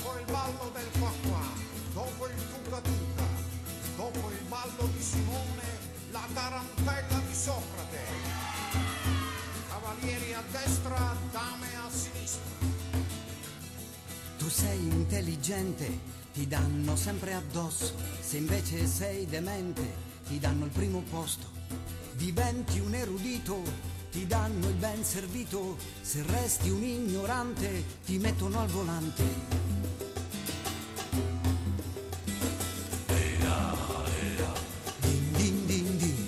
dopo il ballo del qua qua, dopo il tuca tuca, dopo il ballo di Simone, la tarantella di Socrate. Cavalieri a destra, dame a sinistra. Tu sei intelligente, ti danno sempre addosso. Se invece sei demente, ti danno il primo posto. Diventi un erudito, ti danno il ben servito. Se resti un ignorante, ti mettono al volante. Din din din din.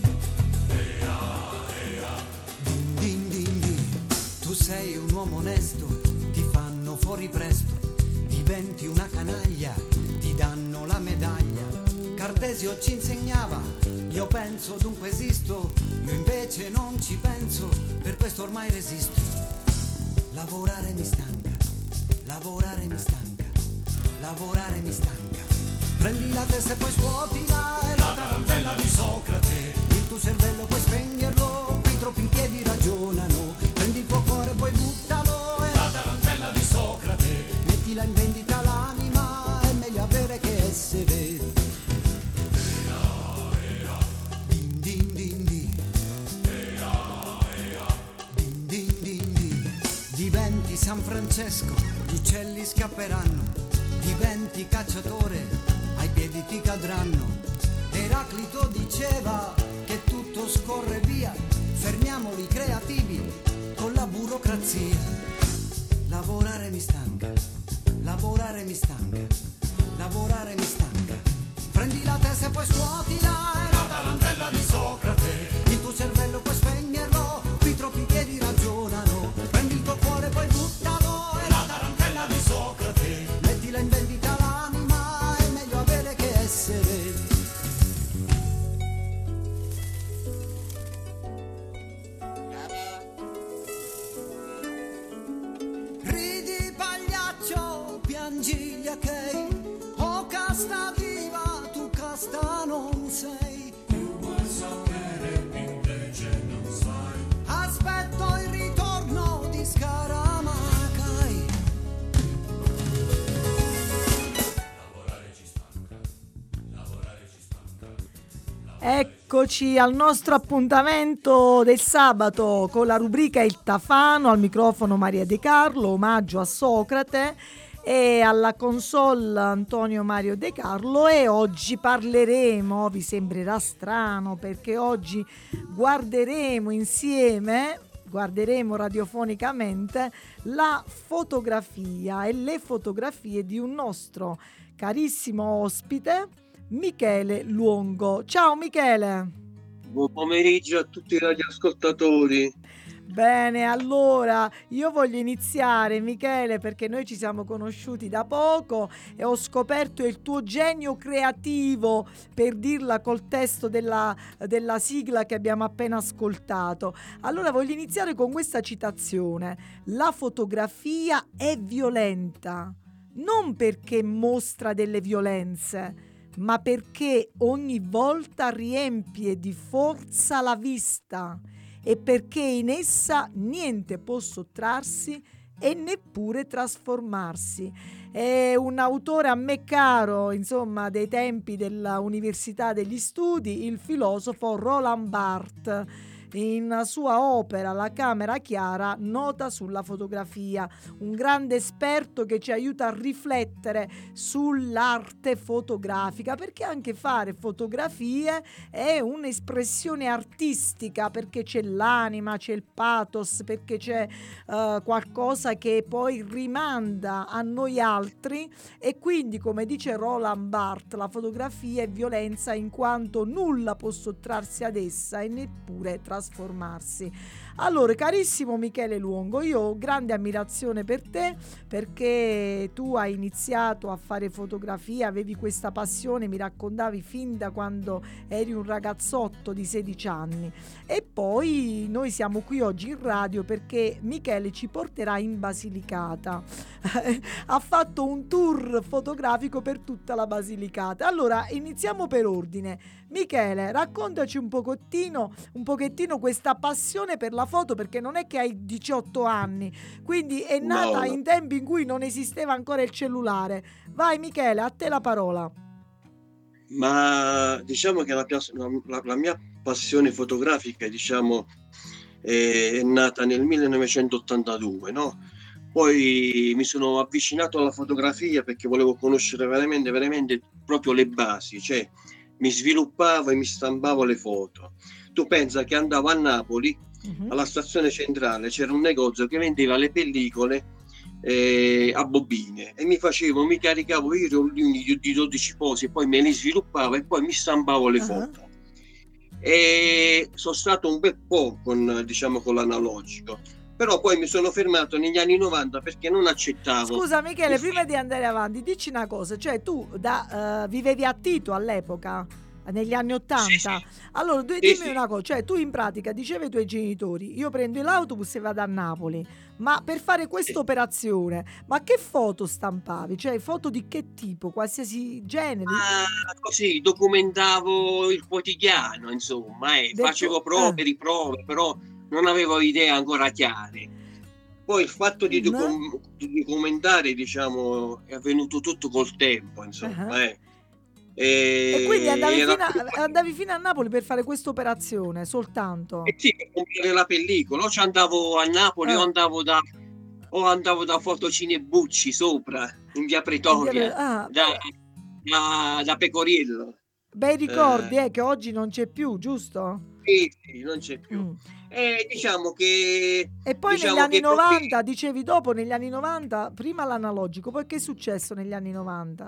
Din din din din. Tu sei un uomo onesto, ti fanno fuori presto. Diventi una canaglia, ti danno la medaglia. Cartesio ci insegnava, io penso dunque esisto. Io invece non ci penso, per questo ormai resisto. Lavorare mi stanca, lavorare mi stanca, lavorare mi stanca. Prendi la testa e poi scuotila, è la tarantella di Socrate. Il tuo cervello puoi spegnerlo, qui troppi in piedi ragionano. Prendi il tuo cuore e poi buttalo, è la tarantella di Socrate. Mettila in vendita l'anima, è meglio avere che essere. Din din din din. Din din din din. Diventi San Francesco, gli uccelli scapperanno. Diventi cacciatore, ai piedi ti cadranno. Eraclito diceva che tutto scorre via, fermiamoli creativi con la burocrazia. Lavorare mi stanca, lavorare mi stanca, lavorare mi stanca. Prendi la testa e poi scuotila, è la tarantella di Socrate. Il tuo cervello puoi spegnerlo, qui troppi piedi ragionano. Prendi il tuo cuore e poi buttalo, è la tarantella di Socrate. Mettila in vendita l'anima, è meglio avere che essere. Ridi pagliaccio, piangi gli achei, o casta viva, tu casta non sei. Tu vuoi sapere, invece non sai. Aspetto il ritorno di Scaramacai. Lavorare ci stanca, lavorare ci stanca. Eccoci al nostro appuntamento del sabato con la rubrica Il Tafano, al microfono Maria De Carlo, omaggio a Socrate, e alla console Antonio Mario De Carlo. E oggi parleremo, vi sembrerà strano perché oggi guarderemo insieme, guarderemo radiofonicamente la fotografia e le fotografie di un nostro carissimo ospite, Michele Luongo. Ciao Michele. Buon pomeriggio a tutti i radioascoltatori. Bene, allora io voglio iniziare, Michele, perché noi ci siamo conosciuti da poco e ho scoperto il tuo genio creativo, per dirla col testo della sigla che abbiamo appena ascoltato. Allora voglio iniziare con questa citazione: la fotografia è violenta, non perché mostra delle violenze, ma perché ogni volta riempie di forza la vista e perché in essa niente può sottrarsi e neppure trasformarsi. È un autore a me caro, insomma, dei tempi dell'Università degli Studi, il filosofo Roland Barthes. In sua opera La Camera Chiara nota sulla fotografia, un grande esperto che ci aiuta a riflettere sull'arte fotografica, perché anche fare fotografie è un'espressione artistica, perché c'è l'anima, c'è il pathos, perché c'è qualcosa che poi rimanda a noi altri. E quindi, come dice Roland Barthes, la fotografia è violenza in quanto nulla può sottrarsi ad essa e neppure trasformarsi. Allora, carissimo Michele Luongo, io ho grande ammirazione per te, perché tu hai iniziato a fare fotografia, avevi questa passione, mi raccontavi fin da quando eri un ragazzotto di 16 anni. E poi noi siamo qui oggi in radio perché Michele ci porterà in Basilicata. Ha fatto un tour fotografico per tutta la Basilicata. Allora, iniziamo per ordine. Michele, raccontaci un pochettino questa passione per la la foto perché non è che hai 18 anni, quindi è nata No. in tempi in cui non esisteva ancora il cellulare. Vai Michele, a te la parola. Ma diciamo che la mia passione fotografica, diciamo, è nata nel 1982, no? Poi mi sono avvicinato alla fotografia perché volevo conoscere veramente, veramente proprio le basi, cioè mi sviluppavo e mi stampavo le foto. Tu pensa che andavo a Napoli, alla stazione centrale, c'era un negozio che vendeva le pellicole a bobine e mi caricavo i rollini di 12 posi e poi me li sviluppavo e poi mi stampavo le foto. E sono stato un bel po' con l'analogico, però poi mi sono fermato negli anni 90 perché non accettavo. Scusa Michele, prima di andare avanti, dici una cosa, cioè tu vivevi a Tito all'epoca, negli anni 80. Sì, sì. Allora Sì, dimmi sì. una cosa, cioè tu in pratica dicevi ai tuoi genitori, io prendo l'autobus e vado a Napoli, ma per fare questa operazione, ma che foto stampavi? Cioè foto di che tipo? Qualsiasi genere? Così documentavo il quotidiano, insomma, facevo riprove, però non avevo idee ancora chiare. Poi il fatto di documentare, diciamo, è avvenuto tutto col tempo, insomma. E quindi Era andavi fino a Napoli per fare questa operazione soltanto? sì, per comprare la pellicola. O ci andavo a Napoli o andavo da Fotocine Bucci sopra, in via Pretoria, da Pecoriello. Bei ricordi, che oggi non c'è più, giusto? Sì, non c'è più. Diciamo che E poi negli anni 90, dicevi dopo, negli anni 90, prima l'analogico, poi che è successo negli anni 90?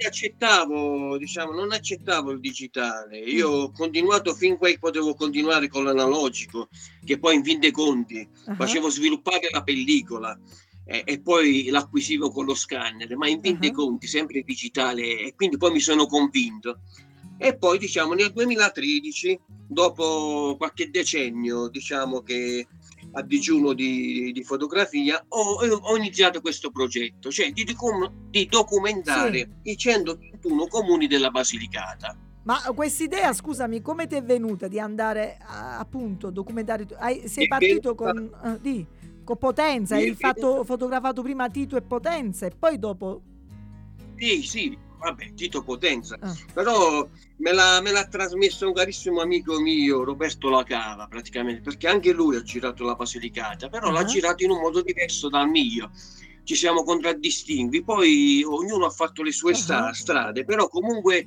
non accettavo il digitale. Io ho continuato fin che potevo continuare con l'analogico, che poi in fin dei conti facevo sviluppare la pellicola e poi l'acquisivo con lo scanner, ma in fin dei conti sempre digitale, e quindi poi mi sono convinto. E poi diciamo nel 2013, dopo qualche decennio, diciamo che a digiuno di fotografia, ho iniziato questo progetto, cioè di documentare i 121 comuni della Basilicata. Ma quest'idea, scusami, come ti è venuta di andare appunto documentare? Sei partito con Potenza, hai fotografato prima Tito e Potenza e poi dopo... Sì, vabbè, Tito Potenza, però me l'ha trasmesso un carissimo amico mio, Roberto Lacava, praticamente, perché anche lui ha girato la Basilicata, però l'ha girato in un modo diverso dal mio. Ci siamo contraddistinti, poi ognuno ha fatto le sue strade, però comunque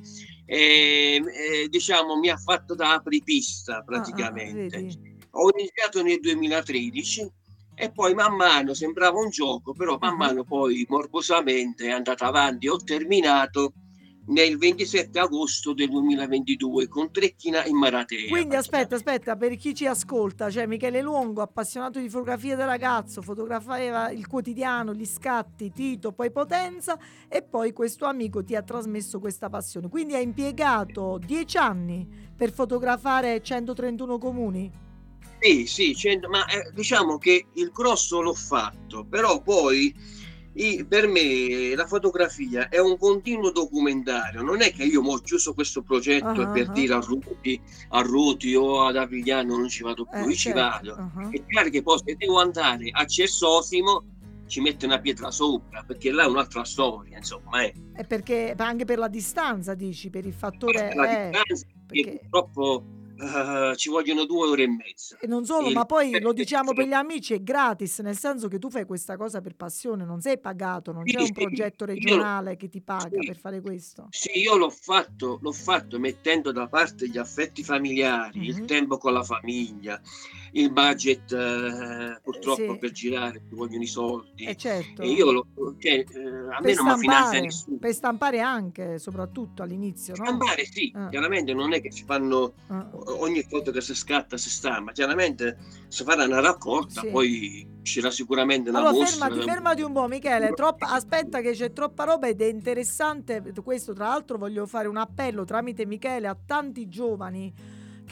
diciamo mi ha fatto da apripista praticamente. Ho iniziato nel 2013 e poi man mano sembrava un gioco, però man mano poi morbosamente è andata avanti. Ho terminato nel 27 agosto del 2022 con Trecchina in Maratea. Quindi aspetta, per chi ci ascolta, cioè Michele Luongo, appassionato di fotografia da ragazzo, fotografava il quotidiano, gli scatti, Tito, poi Potenza, e poi questo amico ti ha trasmesso questa passione. Quindi hai impiegato 10 anni per fotografare 131 comuni? Sì, ma diciamo che il grosso l'ho fatto, però poi per me la fotografia è un continuo documentario. Non è che io ho chiuso questo progetto per dire a Ruti o ad Avigliano non ci vado più, io ci vado. È chiaro che poi se devo andare a Cessosimo ci mette una pietra sopra, perché là è un'altra storia, insomma. È perché anche per la distanza, dici, per il fattore... Per la distanza, perché purtroppo... ci vogliono 2 ore e mezza. E non solo, ma poi lo diciamo per gli amici, è gratis, nel senso che tu fai questa cosa per passione, non sei pagato, non c'è un progetto regionale che ti paga per fare questo. Sì, io l'ho fatto mettendo da parte gli affetti familiari, il tempo con la famiglia, il budget purtroppo per girare ci vogliono i soldi. Certo. E io a me non mi finanzia nessuno. Per stampare anche, soprattutto all'inizio, no? Stampare sì, chiaramente non è che si fanno ogni foto che si scatta si stampa, chiaramente si farà una raccolta, poi uscirà sicuramente una mostra. Fermati un po' Michele, aspetta che c'è troppa roba ed è interessante questo. Tra l'altro voglio fare un appello tramite Michele a tanti giovani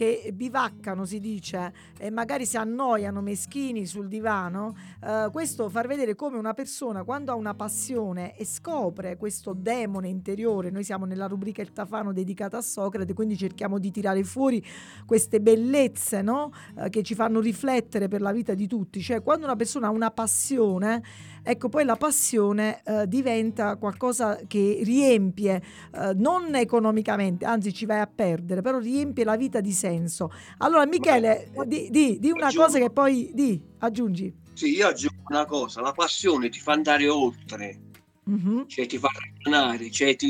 che bivaccano, si dice, e magari si annoiano meschini sul divano, questo far vedere come una persona quando ha una passione e scopre questo demone interiore. Noi siamo nella rubrica Il Tafano dedicata a Socrate, quindi cerchiamo di tirare fuori queste bellezze, no? Che ci fanno riflettere per la vita di tutti. Cioè, quando una persona ha una passione, ecco, poi la passione diventa qualcosa che riempie, non economicamente, anzi ci vai a perdere, però riempie la vita di senso. Allora, Michele, di una cosa che poi aggiungi. Sì, io aggiungo una cosa: la passione ti fa andare oltre, Mhm. cioè ti fa ragionare,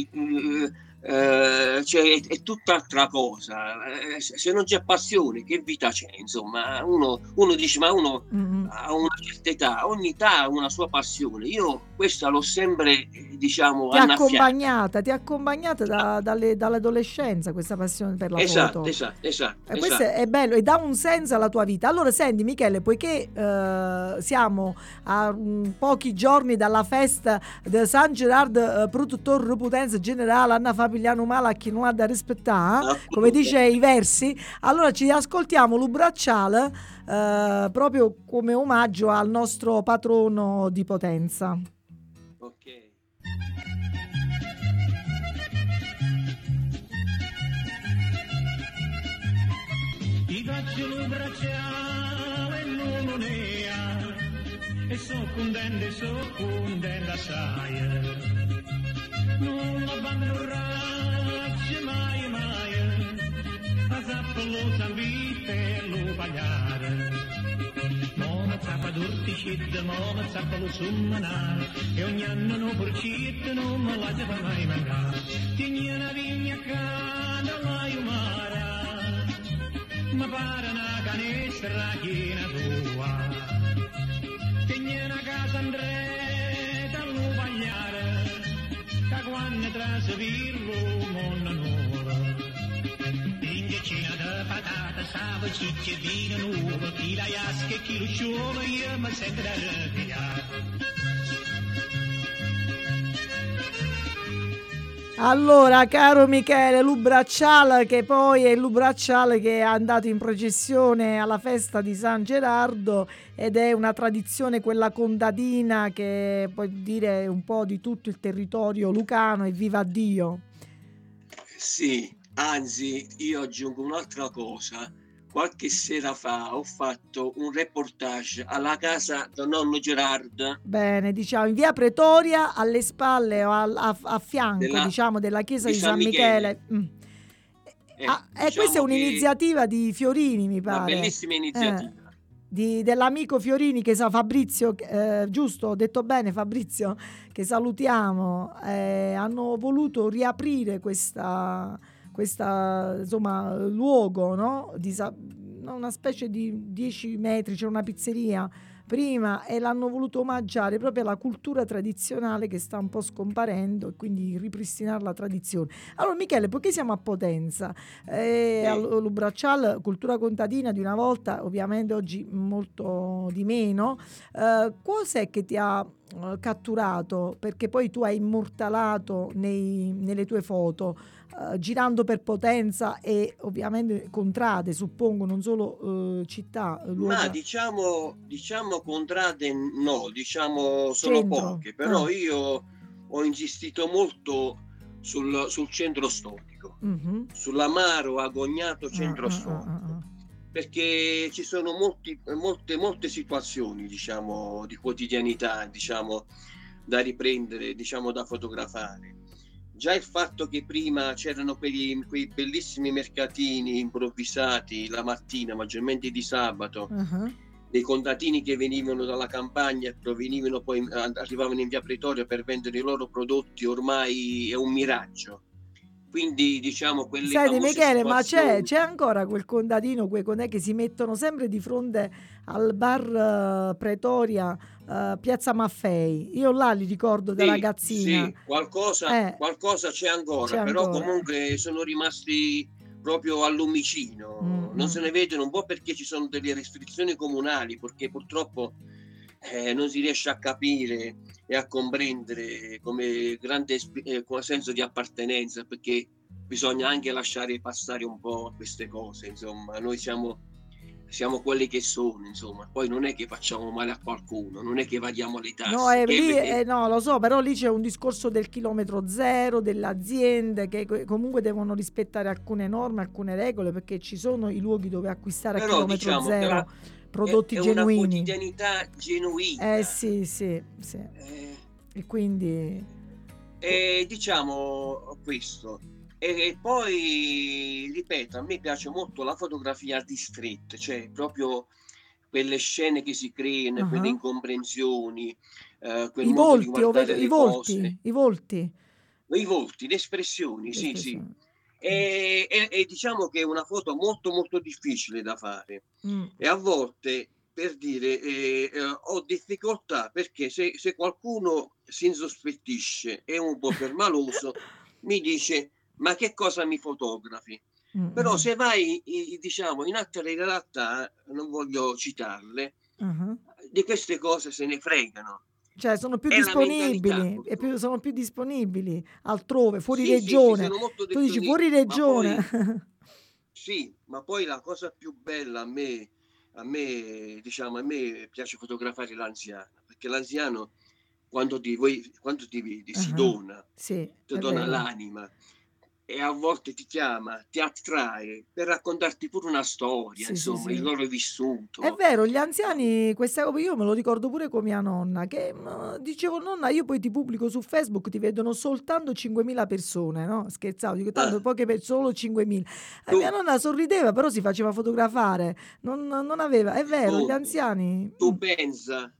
cioè è tutt'altra cosa. Se non c'è passione, che vita c'è? Insomma, uno dice, ma uno Mhm. a una certa età, ogni età ha una sua passione. Io questa l'ho sempre, diciamo, Ti ha annaffiata. accompagnata dall'adolescenza questa passione per la Esatto, foto. esatto. E questo è bello e dà un senso alla tua vita. Allora, senti, Michele, poiché siamo a pochi giorni dalla festa di San Gerardo, produttore Potenza Generale, Anna Fabigliano Mala, chi non ha da rispettare, come dice i versi, allora ci ascoltiamo l'Ubracciale proprio come omaggio al nostro patrono di Potenza. Ok. Ti faccio l'abbracciare non è e so contenta assai. Non abbandonarci mai, a zappolo sanvite lo pagliare. Moma zappa d'orticetta, moma zappa lo summanare, e ogni anno non porcetta non me la deve mai mancare. Tieni una vigna cana la umara, ma pare una canestra piena tua. Tieni una casa andreta allo pagliare, che quando trasvirlo mondo nuova. Indecina de patata, sabo, ciccia, vino nuovo, chi la jasca e chi lo sciuolo, io mi sento da arrabbiare. Allora, caro Michele, l'Ubracciale, che poi è l'Ubracciale che è andato in processione alla festa di San Gerardo ed è una tradizione quella contadina che può dire un po' di tutto il territorio lucano, e viva Dio. Sì, anzi, io aggiungo un'altra cosa. Qualche sera fa ho fatto un reportage alla casa del nonno Gerardo Bene, diciamo in via Pretoria, alle spalle o a fianco, diciamo, della chiesa di di San San Michele. Michele. Diciamo Questa è che un'iniziativa di Fiorini, mi una pare. bellissima iniziativa. Dell'amico Fiorini che sa Fabrizio, giusto? Ho detto bene, Fabrizio, che salutiamo. Hanno voluto riaprire questa insomma luogo, no? Una specie di 10 metri, c'è una pizzeria prima, e l'hanno voluto omaggiare proprio alla cultura tradizionale che sta un po' scomparendo, e quindi ripristinare la tradizione. Allora, Michele, poiché siamo a Potenza, all'Ubracciale, cultura contadina di una volta, ovviamente oggi molto di meno, cos'è che ti ha catturato? Perché poi tu hai immortalato nelle tue foto, girando per Potenza e ovviamente contrade, suppongo, non solo città, Ma luoghi, diciamo contrade no, diciamo sono centro. poche, però io ho insistito molto sul centro storico, Mhm. sull'amaro agognato centro storico, perché ci sono molte situazioni, diciamo, di quotidianità, diciamo, da riprendere, diciamo, da fotografare. Già il fatto che prima c'erano quei bellissimi mercatini improvvisati la mattina, maggiormente di sabato, dei contadini che venivano dalla campagna e provenivano poi, arrivavano in via Pretoria per vendere i loro prodotti, ormai è un miraggio. Quindi diciamo quelle Senti, famose Michele, ma situazioni. c'è ancora quel contadino, quei che si mettono sempre di fronte al bar Pretoria, Piazza Maffei? Io là li ricordo da ragazzina. Sì, qualcosa c'è ancora, però comunque sono rimasti proprio al lumicino. Non se ne vedono, un po' perché ci sono delle restrizioni comunali, perché purtroppo non si riesce a capire e a comprendere come grande senso di appartenenza, perché bisogna anche lasciare passare un po' queste cose, insomma, noi siamo quelli che sono, insomma, poi non è che facciamo male a qualcuno, non è che evadiamo le No, tasse, lì, no, lo so, però lì c'è un discorso del chilometro zero, delle aziende che comunque devono rispettare alcune norme, alcune regole, perché ci sono i luoghi dove acquistare a però chilometro diciamo che zero prodotti è una genuini. quotidianità genuina. Sì. E quindi diciamo questo. E poi, ripeto, a me piace molto la fotografia di street, cioè proprio quelle scene che si creano, quelle incomprensioni, quel i modo di volti, guardare le cose, i volti, i volti, le espressioni, le sì, sì. espressioni. E diciamo che è una foto molto molto difficile da fare. E a volte, per dire, ho difficoltà perché se qualcuno si insospettisce e è un po' permaloso, mi dice: "Ma che cosa mi fotografi?" Però se vai diciamo in altre realtà, non voglio citarle, Ah-ah. di queste cose se ne fregano. Cioè sono più È la mentalità disponibili, purtroppo. sono più disponibili altrove, fuori Sì, sì, sì, regione. sono molto Tu dici fuori disponibili, ma regione. poi sì, ma poi la cosa più bella a me piace fotografare l'anziano, perché l'anziano quando ti vedi si Ah-ah. dona, Sì, ti è dona vero. l'anima e a volte ti chiama, ti attrae per raccontarti pure una storia, insomma, il Sì. loro È vissuto. vero, gli Ma anziani questa co io me lo ricordo pure con mia nonna che, dicevo: "Nonna, io poi ti pubblico su Facebook, ti vedono soltanto 5.000 persone", no, scherzavo, dico: "Tanto ah, poche solo 5.000". E mia tu nonna sorrideva, però si faceva fotografare, non aveva è vero, gli appunto. anziani Tu pensa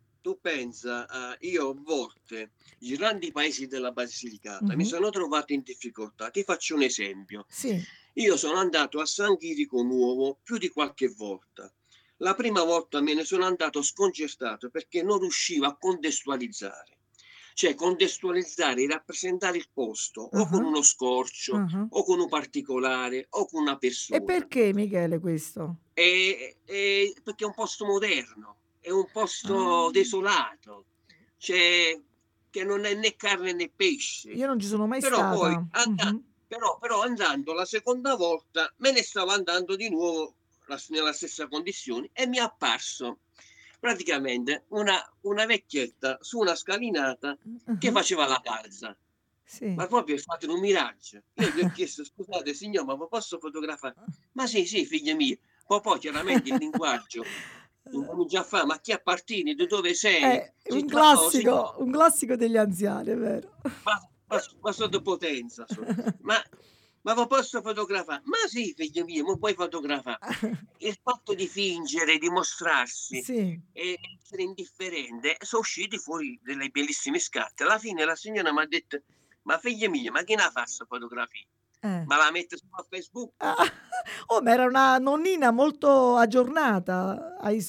io a volte, girando i paesi della Basilicata, mi mh-mh, sono trovato in difficoltà. Ti faccio un esempio: sì, io sono andato a San Chirico Nuovo più di qualche volta. La prima volta me ne sono andato sconcertato perché non riuscivo a contestualizzare. Cioè contestualizzare e rappresentare il posto o con ah-ah, uno scorcio, ah-ah. o con un particolare, o con una E persona. perché Michele questo? Perché è un posto moderno, è un Ah, posto desolato, cioè che non è né carne né pesce. io non ci sono mai Però poi stata. Mh-mh. però andando la seconda volta me ne stavo andando di nuovo nella stessa condizione e mi è apparso praticamente una vecchietta su una scalinata che Ah-ah, faceva la calza. sì. Ma proprio è stato un miraggio. Io gli ho chiesto: "Scusate signor, ma posso fotografare?" "Ma sì, sì, figlia mia." Poi chiaramente il linguaggio incomincia a fa: "Ma a chi appartieni? Da dove sei?" È "Ma no signor, un classico degli anziani, è vero. ma sotto potenza so. Ma vo posso fotografa'?" "Ma sì, figlio mio, mo puoi fotografa'." Il fatto di fingere, di mostrarsi Sì, e essere indifferente, so' usciti fuori delle bellissime scatte. Alla fine la signora m'ha detto: "Ma figlia mia, ma chi n'ha fa 'sta fotografia? eh. Ma la mette su a Facebook?" Ah, oh, ma era una nonnina molto aggiornata ai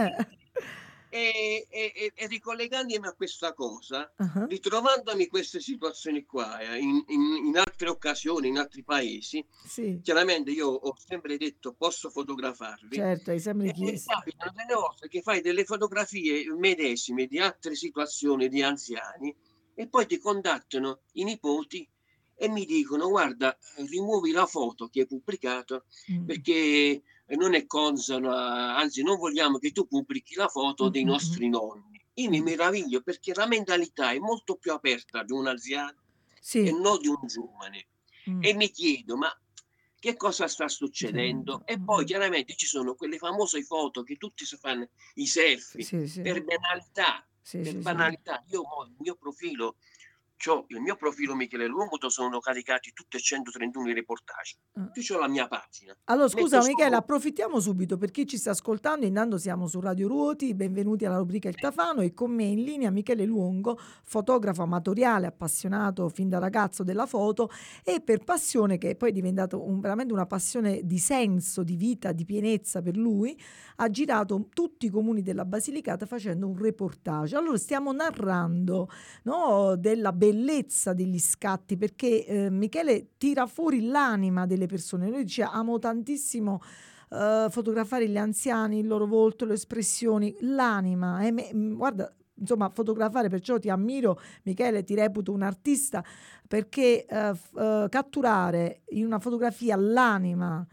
E ricollegandomi a questa cosa, Ah-ah, ritrovandomi queste situazioni qua, in altre occasioni, in altri paesi, sì, chiaramente io ho sempre detto: "Posso fotografarvi?" certo, hai sempre E chiesto. capitano delle volte che fai delle fotografie medesime di altre situazioni di anziani e poi ti contattano i nipoti e mi dicono: "Guarda, rimuovi la foto che hai pubblicato Mh. perché non è consona, anzi non vogliamo che tu pubblichi la foto dei Mh. nostri nonni." Io mi Mh. meraviglio perché la mentalità è molto più aperta di un anziano e Sì. non di un giovane. Mh. E mi chiedo: "Ma che cosa sta Succedendo. succedendo?" E poi chiaramente ci sono quelle famose foto che tutti si fanno i selfie Sì. per banalità, Sì. Io mo il mio profilo Michele Luongo sono caricati tutti e 131 i reportage. Ah. Io c'ho la mia pagina, Allora metto scusa Michele, solo approfittiamo subito per chi ci sta ascoltando, intanto siamo su Radio Ruoti, benvenuti alla rubrica Il Tafano e con me in linea Michele Luongo, fotografo amatoriale, appassionato fin da ragazzo della foto e per passione che poi è diventato veramente una passione di senso, di vita, di pienezza per lui, ha girato tutti i comuni della Basilicata facendo un reportage. Allora stiamo narrando, no, della bellezza degli scatti perché Michele tira fuori l'anima delle persone. Lui dice amo tantissimo fotografare gli anziani, il loro volto, le espressioni, l'anima. Guarda, insomma fotografare, perciò ti ammiro Michele, ti reputo un artista perché catturare in una fotografia l'anima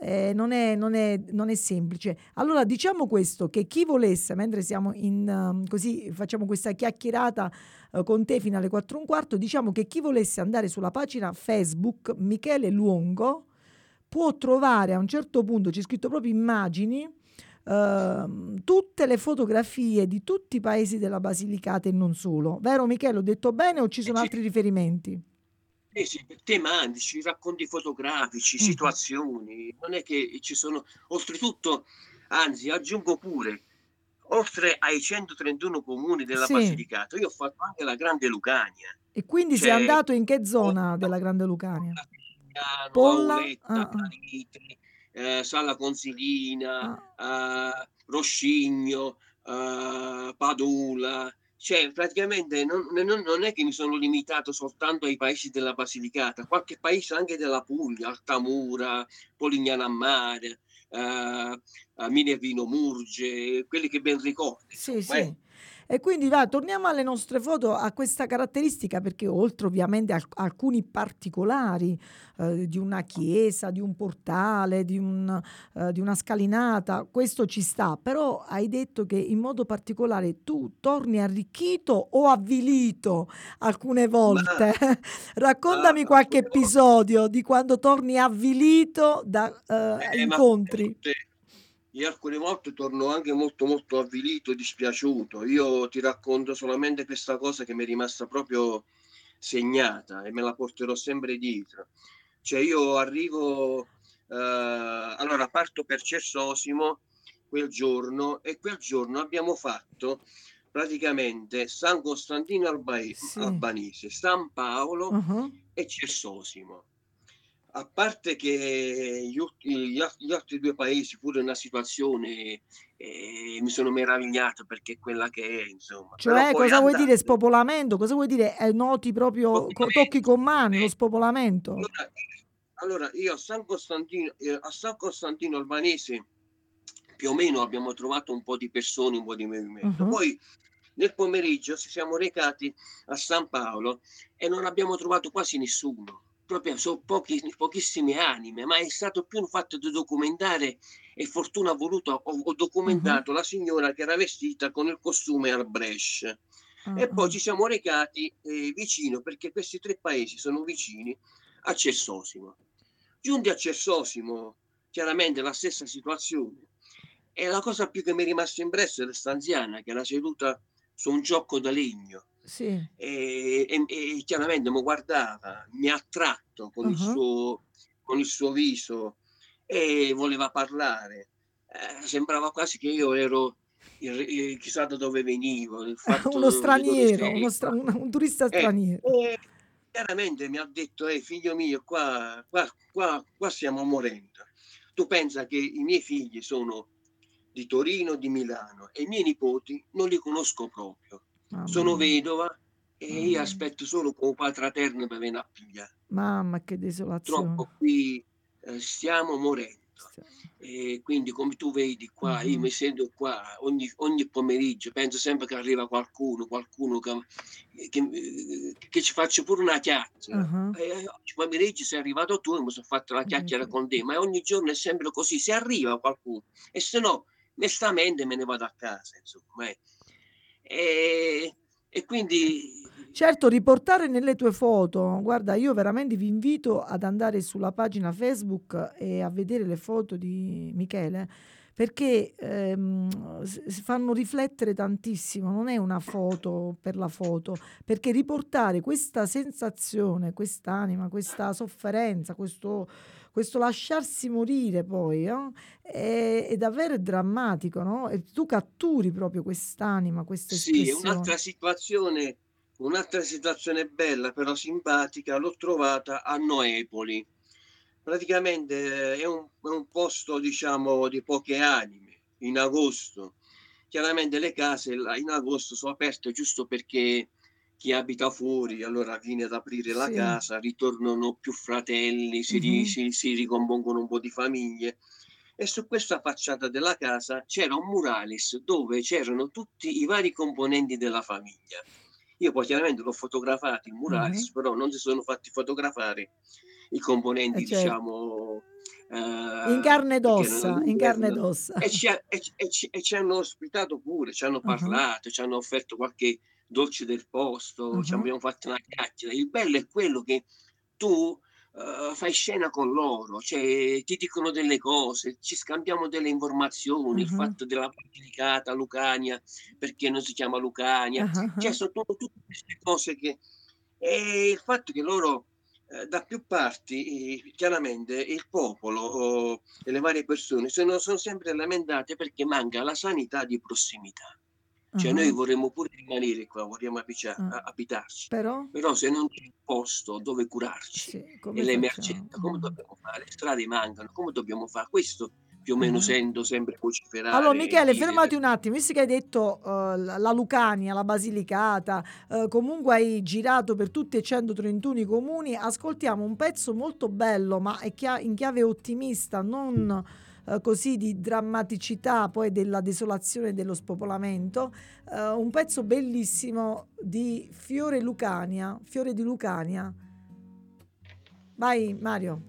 non è semplice. Allora diciamo questo, che chi volesse, mentre siamo così facciamo questa chiacchierata con te fino alle 4 e un quarto, diciamo che chi volesse andare sulla pagina Facebook Michele Luongo può trovare a un certo punto, c'è scritto proprio immagini, tutte le fotografie di tutti i paesi della Basilicata e non solo. Vero Michele, ho detto bene o ci sono Sì, altri riferimenti? sì, tematici, racconti fotografici, Mhm. situazioni, non è che ci sono, oltretutto, anzi, aggiungo pure, oltre ai 131 comuni della Sì, Basilicata, io ho fatto anche la Grande Lucania, e quindi sei c'è andato in che zona Polla, della Grande Lucania? Castigliano, Polla? Auletta, Caniti, Sala Consilina, Ah. Roscigno, Padula, cioè praticamente non è che mi sono limitato soltanto ai paesi della Basilicata, qualche paese anche della Puglia, Altamura, Polignano a Mare, Minervino Murge, quelli che ben ricordo, Sì, insomma. sì. E quindi va, torniamo alle nostre foto, a questa caratteristica, perché oltre ovviamente a alcuni particolari di una chiesa, di un portale, di una scalinata, questo ci sta, però hai detto che in modo particolare tu torni arricchito o avvilito alcune Ma, volte. Raccontami qualche alcune volte, episodio di quando torni avvilito da ma alcune incontri. volte io alcune volte torno anche molto molto avvilito, dispiaciuto. Io ti racconto solamente questa cosa che mi è rimasta proprio segnata e me la porterò sempre dietro. Cioè io arrivo, allora parto per Cersosimo quel giorno e quel giorno abbiamo fatto praticamente San Costantino Sì. Albanese, San Paolo Ah. e Cersosimo. A parte che gli altri due paesi, pure una situazione, mi sono meravigliato perché è quella che è, insomma. Però Cioè, poi cosa vuoi dire andando, spopolamento? Cosa vuoi dire? Noti proprio, tocchi ovviamente, con mano lo spopolamento? allora, allora, io a San Costantino Albanese più o meno abbiamo trovato un po' di persone, un po' di movimento. Mhm. Poi nel pomeriggio ci siamo recati a San Paolo e non abbiamo trovato quasi nessuno. Proprio sono pochissime anime, ma è stato più un fatto di documentare e fortuna ha voluto, ho Mhm. documentato la signora che era vestita con il costume al Brescia. Ah, E poi ah. ci siamo recati vicino, perché questi tre paesi sono vicini, a Cessosimo. Giunti a Cessosimo, chiaramente la stessa situazione. E la cosa più che mi è rimasta impressa è questa anziana che era seduta su un giocco da legno Sì. e chiaramente mi guardava, mi ha attratto Ah. con il suo viso e voleva parlare. Sembrava quasi che io ero chissà da dove venivo, il Uno fatto di dove straniero, sei. un turista Eh, straniero. e chiaramente mi ha detto, figlio mio, qua stiamo morendo. Tu pensa che i miei figli sono di Torino, di Milano e i miei nipoti non li conosco proprio. Mamma Sono mia, vedova e io mamma mia. aspetto solo come paterno per venire a pigliare. Mamma, che Purtroppo desolazione. qui stiamo morendo. Stia- E quindi come tu vedi qua, io mi Mhm. sento qua ogni pomeriggio, penso sempre che arriva qualcuno che ci faccia pure una chiacchiera. Ah. Oggi pomeriggio sei arrivato tu e mi sono fatto la chiacchiera con te, ma ogni giorno è sempre così, se arriva qualcuno, e se no, onestamente me ne vado a casa, insomma. E, e quindi Certo, riportare nelle tue foto, guarda, io veramente vi invito ad andare sulla pagina Facebook e a vedere le foto di Michele, perché si fanno riflettere tantissimo, non è una foto per la foto, perché riportare questa sensazione, quest'anima, questa sofferenza, questo lasciarsi morire poi, no? È davvero drammatico, no? E tu catturi proprio quest'anima, questa sì, è espressione. un'altra situazione bella, però simpatica, l'ho trovata a Noepoli. Praticamente è un posto, diciamo, di poche anime, in agosto. Chiaramente le case in agosto sono aperte giusto perché chi abita fuori allora viene ad aprire la Sì. casa, ritornano più fratelli, Mhm. si ricompongono un po' di famiglie e su questa facciata della casa c'era un murales dove c'erano tutti i vari componenti della famiglia. Io poi chiaramente l'ho fotografato il Ah-ah. murales, però non si sono fatti fotografare i Eh componenti, certo, diciamo, perché in carne ed ossa. ci hanno ospitato pure, ci hanno Ah-ah, parlato, ci hanno offerto qualche dolce del posto, ci ah-ah, abbiamo fatto una chiacchiera. Il bello è quello che tu, fai scena con loro, cioè ti dicono delle cose, ci scambiamo delle informazioni, il ah-ah, fatto della Basilicata, Lucania, perché non si chiama Lucania, cioè ah-ah-ah. sono tutte queste cose che il fatto che loro, da più parti, chiaramente il popolo e le varie persone sono sempre lamentate perché manca la sanità di prossimità. Cioè noi Ah-ah, vorremmo pure rimanere qua, vorremmo ah. abitarci, Però? però se non c'è un posto dove curarci Sì, e come facciamo? l'emergenza, come dobbiamo fare? Le strade mancano, come dobbiamo fa'? Questo più o meno Ah-ah. sento sempre Allora vociferare e Michele, dire fermati un attimo, visto che hai detto la Lucania, la Basilicata, comunque hai girato per tutti e 131 i comuni, ascoltiamo un pezzo molto bello, ma è in chiave ottimista, non così di drammaticità poi della desolazione e dello spopolamento, un pezzo bellissimo di Fiore di Lucania. Vai Mario.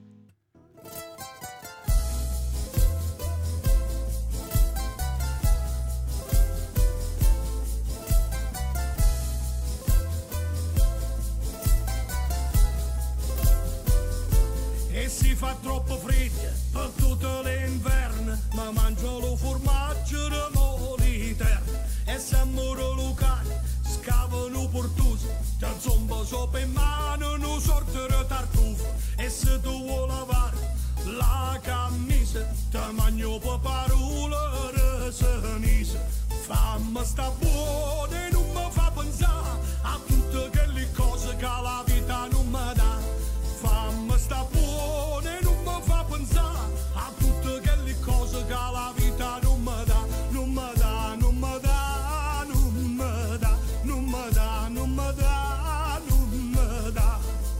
E si fa troppo freddo per tutto l'inverno, ma mangio lo formaggio di moliter. E se muro lucani, scavano portusi, ti zombo sopra in mano, non sortere tartufo. E se tu vuoi lavare la camisa, ti mangio per parole di sinistra. Fammi sta buona e non mi fa pensare a tutte quelle cose che la vita non mi dà. Fammi sta buona e non mi fa pensare a tutte quelle cose che la vita non mi dà, non mi dà, non mi dà, non mi dà, non mi dà, non mi dà, non mi dà.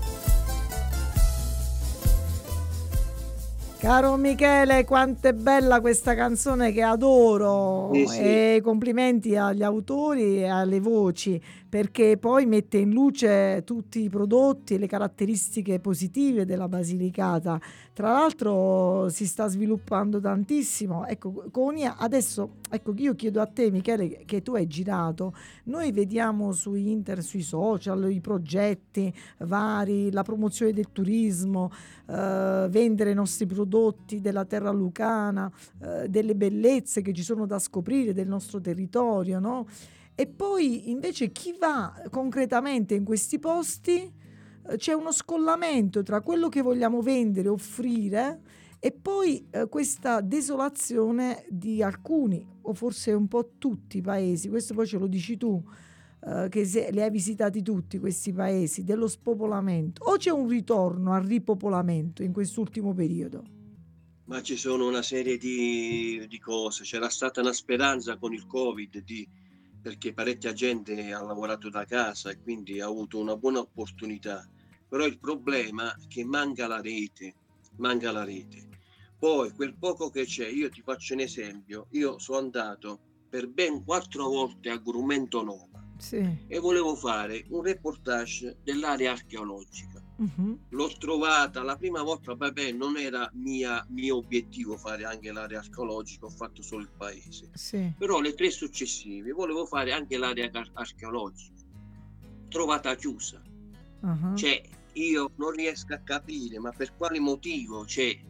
Caro Michele, quanto è bella questa canzone che sì, adoro sì. e complimenti agli autori e alle voci perché poi mette in luce tutti i prodotti e le caratteristiche positive della Basilicata. Tra l'altro si sta sviluppando tantissimo. Ecco, adesso ecco, io chiedo a te Michele che tu hai girato, noi vediamo su internet, sui social, i progetti vari, la promozione del turismo, vendere i nostri prodotti della terra lucana, delle bellezze che ci sono da scoprire del nostro territorio, no? E poi invece chi va concretamente in questi posti c'è uno scollamento tra quello che vogliamo vendere, offrire e poi questa desolazione di alcuni o forse un po' tutti i paesi, questo poi ce lo dici tu, che li hai visitati tutti questi paesi, dello spopolamento, o c'è un ritorno al ripopolamento in quest'ultimo periodo? Ma ci sono una serie di cose. C'era stata una speranza con il Covid perché parecchia gente ha lavorato da casa e quindi ha avuto una buona opportunità. Però il problema è che manca la rete, manca la rete. Poi quel poco che c'è, io ti faccio un esempio, io sono andato per ben 4 volte a Grumento Nova Sì. e volevo fare un reportage dell'area archeologica. Mhm. L'ho trovata la prima volta, vabbè, non era mio obiettivo fare anche l'area archeologica, ho fatto solo il paese. Sì. Però le 3 successive volevo fare anche l'area archeologica, trovata chiusa. Ah. Cioè, io non riesco a capire, ma per quale motivo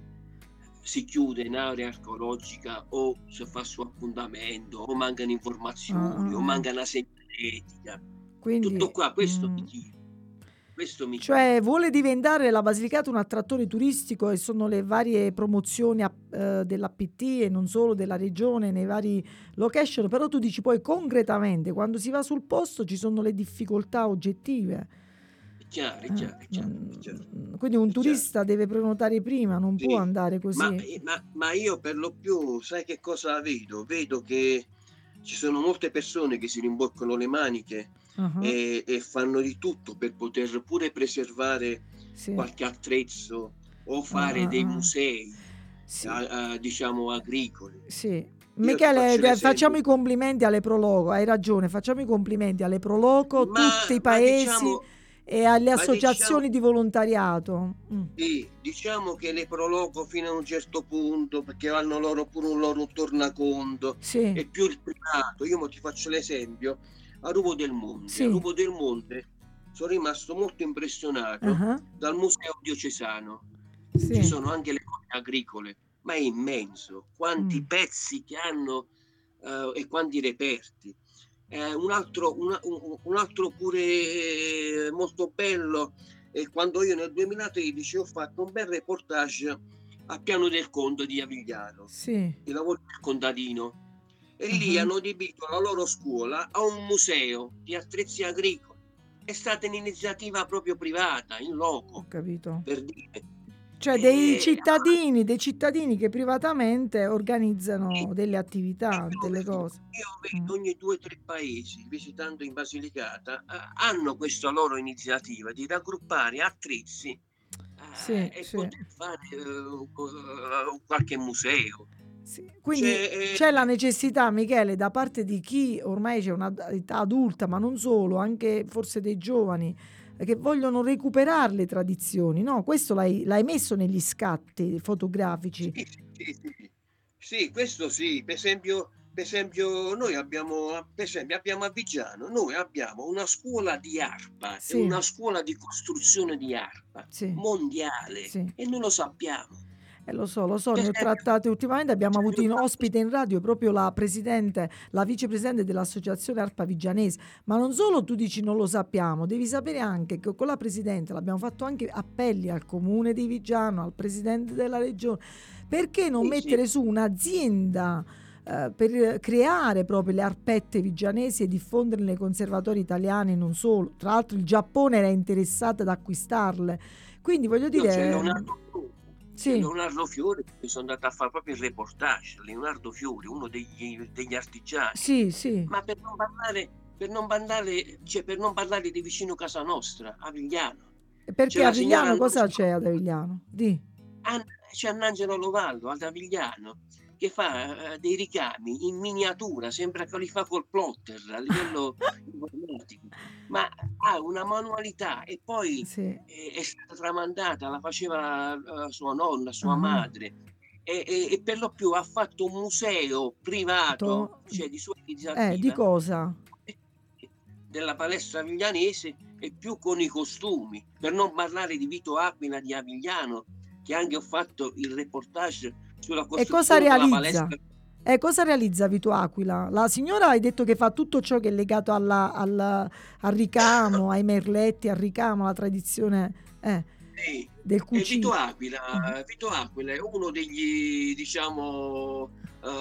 si chiude in area archeologica o si fa su appuntamento o mancano informazioni o Ah. manca una segnaletica. Quindi, Tutto qua, questo mi chiedo. Questo mi chiedo. cioè vuole diventare la Basilicata un attrattore turistico e sono le varie promozioni dell'APT e non solo della regione nei vari location, però tu dici poi concretamente quando si va sul posto ci sono le difficoltà oggettive. È chiaro, è chiaro, è chiaro, è chiaro. Quindi un È chiaro. turista deve prenotare prima, non può Sì, andare ma, così. ma io per lo più, sai che cosa vedo? Vedo che ci sono molte persone che si rimboccano le maniche Ah, e fanno di tutto per poter pure preservare sì. qualche attrezzo o Ah, fare ah, dei ah. musei. Sì, diciamo agricoli. sì. Io ti Michele, faccio facciamo l'esempio, i complimenti alle Proloco, hai ragione, facciamo i complimenti alle Proloco, tutti i ma paesi diciamo, e alle ma diciamo associazioni di volontariato. sì, diciamo che le Proloco fino a un certo punto, perché hanno loro pure un loro tornaconto, Sì, e più il privato. Io mo ti faccio l'esempio, a Ruvo del Monte. A sì, Ruvo del Monte sono rimasto molto impressionato ah, dal Museo Diocesano. Ci sì, sono anche le cose agricole, ma è immenso. Quanti mm, pezzi che hanno e quanti reperti. Un altro pure molto bello è quando io nel 2013 ho fatto un bel reportage a Piano del Conto di Avigliano, sì, i lavori del contadino, e lì ah, hanno adibito la loro scuola a un museo di attrezzi agricoli. È stata un'iniziativa proprio privata, in ho loco, capito. per dire. Cioè E dei cittadini che privatamente sì, organizzano delle e attività, io delle vedo, cose. io Mm. vedo ogni 2 o 3 paesi, visitando in Basilicata, hanno questa loro iniziativa di raggruppare attrezzi Sì, e sì. poter fare qualche museo. Sì, quindi Cioè, c'è la necessità, Michele, da parte di chi ormai c'è un'età adulta, ma non solo, anche forse dei giovani, che vogliono recuperare le tradizioni, no? Questo l'hai messo negli scatti fotografici. sì, sì, sì. Sì, questo sì. Per esempio, noi abbiamo, per esempio, abbiamo a Viggiano, noi abbiamo una scuola di arpa e Sì, una scuola di costruzione di arpa sì, mondiale sì. e non lo sappiamo. Lo so, Per ne ho esempio, trattate ultimamente, abbiamo cioè, avuto in ospite in radio proprio la presidente, la vicepresidente dell'associazione Arpa Vigianese, ma non solo tu dici non lo sappiamo, devi sapere anche che con la presidente l'abbiamo fatto anche appelli al comune di Viggiano, al presidente della regione, perché non sì, sì, mettere su un'azienda per creare proprio le arpette vigianesi e diffonderle nei conservatori italiani, non solo. Tra l'altro il Giappone era interessato ad acquistarle. Quindi voglio io c'è dire, sì, Leonardo Fiore, mi sono andato a fare proprio il reportage, Leonardo Fiore, uno degli artigiani, sì, sì. ma per non parlare di vicino casa nostra, Avigliano. C'è Perché a la signora Vigliano cosa Annangelo, c'è ad Avigliano? Di. c'è Annangelo Lovallo ad Avigliano che fa dei ricami in miniatura, sembra che li fa col plotter a livello informatico, ma ha una manualità e poi Sì. è stata tramandata, la faceva sua nonna, sua Ah-ah. madre. E per lo più ha fatto un museo privato, To cioè di sua di iniziativa, cosa? della palestra aviglianese e più con i costumi, per non parlare di Vito Aquila di Avigliano, che anche ho fatto il reportage sulla E cosa costruzione della realizza? palestra. Cosa realizza Vito Aquila? La signora hai detto che fa tutto ciò che è legato al ricamo, ai merletti, al ricamo, alla tradizione Sì. del E Vito cucito. Aquila, Vito Aquila è uno degli, diciamo,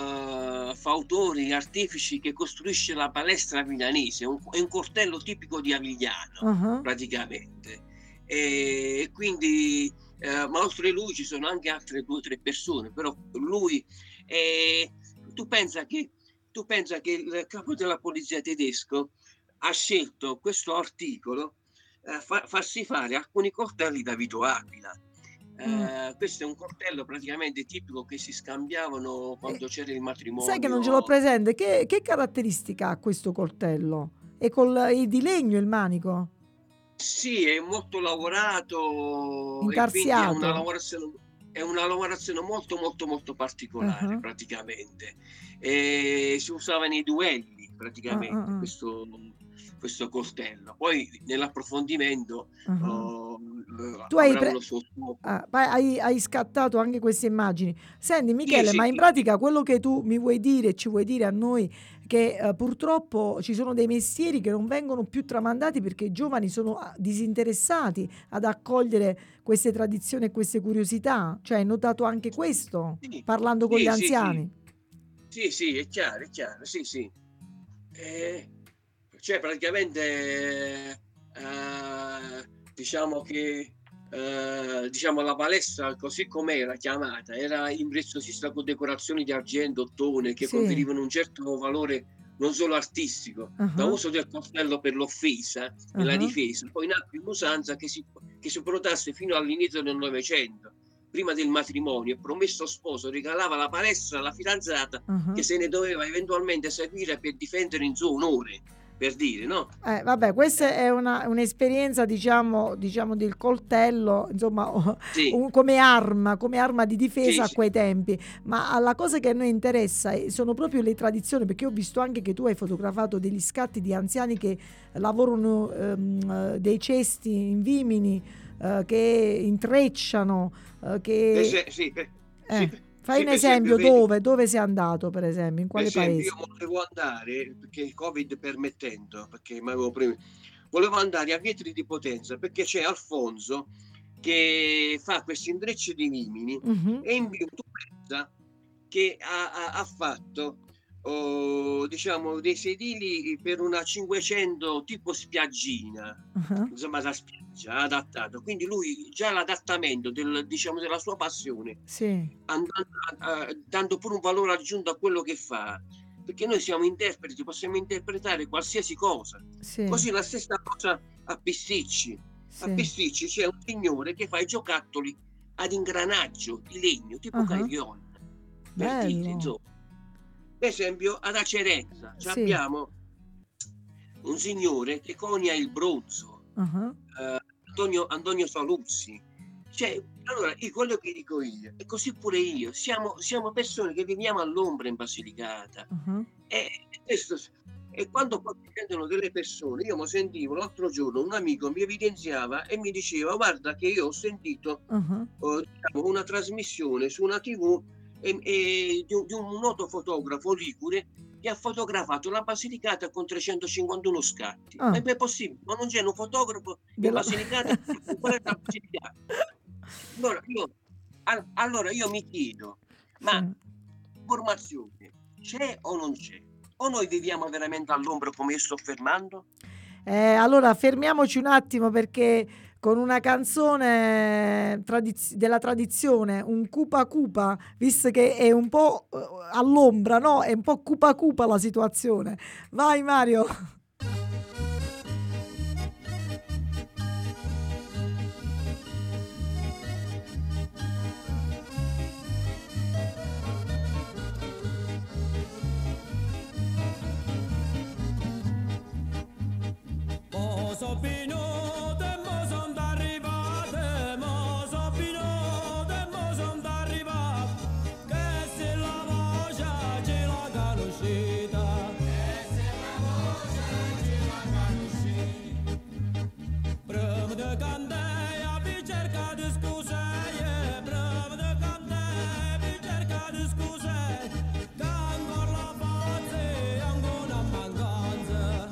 fautori, artefici che costruisce la palestra milanese, è un cortello tipico di Avigliano, Ah-ah. praticamente. E quindi, ma oltre lui ci sono anche altre 2 o 3 persone, però lui, eh, tu pensa che, tu pensa che il capo della polizia tedesco ha scelto questo articolo farsi fare alcuni coltelli da Vito Aquila. Mh. Questo è un coltello praticamente tipico che si scambiavano E quando c'era il sai che non ce l'ho matrimonio. presente. Che caratteristica ha questo coltello? È di legno il manico? Sì, è molto lavorato e quindi Intarsiato? è una lavorazione molto molto molto particolare Ah-ah. praticamente. E si usava nei duelli praticamente Ah-ah. questo coltello. Poi nell'approfondimento Ah-ah. Tu hai avrà pre uno suo scopo. poi hai scattato anche queste immagini. Senti Sì, Michele, sì, ma in sì, sì. pratica quello che tu mi vuoi dire, ci vuoi dire a noi che, purtroppo ci sono dei mestieri che non vengono più tramandati perché i giovani sono disinteressati ad accogliere queste tradizioni e queste curiosità? Cioè hai notato anche questo, Sì, parlando con gli sì, sì, sì. anziani? Sì, sì, è chiaro, sì, sì. Eh, cioè praticamente, diciamo che, diciamo la palestra così com'era chiamata, era impreziosista con decorazioni di argento, ottone, che Sì. conferivano un certo valore non solo artistico, da Ah-ah. uso del coltello per l'offesa e la Ah-ah. difesa. Poi nacque un'usanza che si protrasse fino all'inizio del Novecento, prima del matrimonio, il promesso sposo regalava la palestra alla fidanzata che se ne doveva eventualmente seguire per difendere in suo onore, per dire, no? Vabbè, questa è un'esperienza, diciamo del coltello, insomma, Sì, come arma di difesa sì, a sì. quei tempi. Ma la cosa che a noi interessa sono proprio le tradizioni, perché io ho visto anche che tu hai fotografato degli scatti di anziani che lavorano dei cesti in vimini, che intrecciano, che... Sì, Eh, fai sì, un per esempio, esempio vedi, dove sei andato, per esempio, in per quale esempio, io paese? volevo andare, perché il Covid permettendo, perché volevo andare a Vietri di Potenza, perché c'è Alfonso che fa questi intrecci di vimini Mhm. e in più tu pensa che ha fatto diciamo dei sedili per una 500 tipo spiaggina, Ah, insomma da spiaggia adattato, quindi lui già l'adattamento diciamo della sua passione sì, dando pure un valore aggiunto a quello che fa, perché noi siamo interpreti, possiamo interpretare qualsiasi cosa. sì, Così la stessa cosa a Pisticci. A sì. Pisticci c'è un signore che fa i giocattoli ad ingranaggio di legno, tipo Ah, carillon, per dire, bello. insomma. Per esempio, ad Acerenza Sì. abbiamo un signore che conia il bronzo, Ah, Antonio Saluzzi. Cioè, allora, quello che dico io, e così pure io, siamo persone che viviamo all'ombra in Basilicata. ah, E, questo, e quando poi mi prendono delle persone, io mi sentivo l'altro giorno, un amico mi evidenziava e mi diceva, guarda che io ho sentito ah. diciamo, una trasmissione su una TV di un noto fotografo ligure che ha fotografato la Basilicata con 351 scatti. Ma Ah, è possibile? Ma non c'è un fotografo in della... Basilicata che fa la Basilicata. Allora io mi chiedo, Sì. ma l'informazione c'è o non c'è? O noi viviamo veramente all'ombra come io sto affermando? Allora fermiamoci un attimo perché con una canzone della tradizione, un cupa cupa, visto che è un po' all'ombra, no? È un po' cupa cupa la situazione. Vai Mario. Mo so venuto e mo son arrivate, mo so venuto e mo son arrivate, che se la voce ce la conoscita, che se la voce ce la conoscita. Prima di cantare a vi cerca di scuse, prima di cantare vi cerca di scuse, che ancora la forza è ancora a mancanza.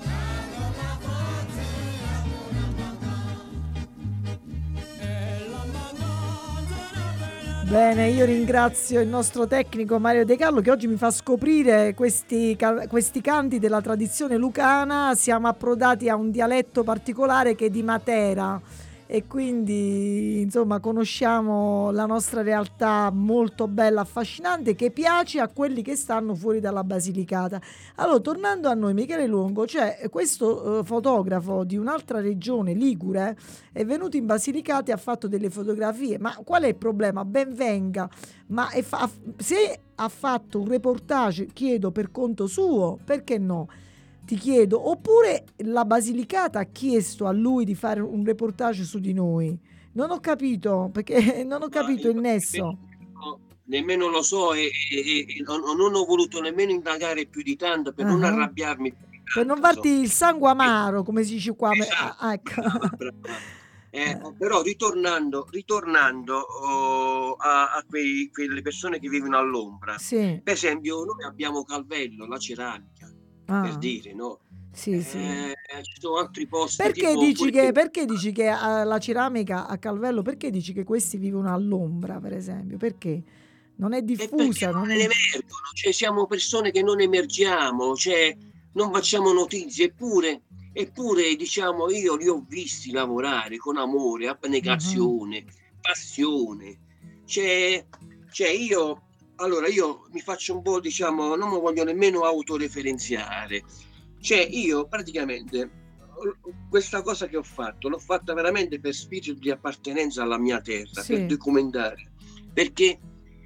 Bene, io ringrazio il nostro tecnico Mario De Carlo che oggi mi fa scoprire questi canti della tradizione lucana. Siamo approdati a un dialetto particolare che è di Matera e quindi insomma conosciamo la nostra realtà molto bella, affascinante, che piace a quelli che stanno fuori dalla Basilicata. Allora, tornando a noi, Michele Luongo, c'è questo fotografo di un'altra regione, Ligure, è venuto in Basilicata e ha fatto delle fotografie. Ma qual è il problema? Ben venga, ma se ha fatto un reportage, chiedo, per conto suo, perché no? Ti chiedo, oppure la Basilicata ha chiesto a lui di fare un reportage su di noi? Non ho capito, perché non ho Ma capito il nesso. nemmeno lo so e non ho voluto nemmeno indagare più di tanto per non Ah, arrabbiarmi più di per non tanto, farti insomma. il sangue amaro, come si dice qua. Esatto, Ecco. brava, brava. Però ritornando a quelle persone che vivono all'ombra, Sì, per esempio noi abbiamo Calvello, la ceramica, per ah, dire, no? sì, sì. Ci sono altri posti tipo Perché dici che la ceramica a Calvello, perché dici che questi vivono all'ombra, per esempio? Perché? Non è è perché diffusa, non non è... emergono, cioè siamo persone che non emergiamo, cioè non facciamo notizie, eppure diciamo io li ho visti lavorare con amore, Ah, abnegazione, passione. Cioè, io mi faccio un po', diciamo, non mi voglio nemmeno autoreferenziare. Cioè io praticamente questa cosa che ho fatto l'ho fatta veramente per spirito di appartenenza alla mia terra, per sì, documentare perché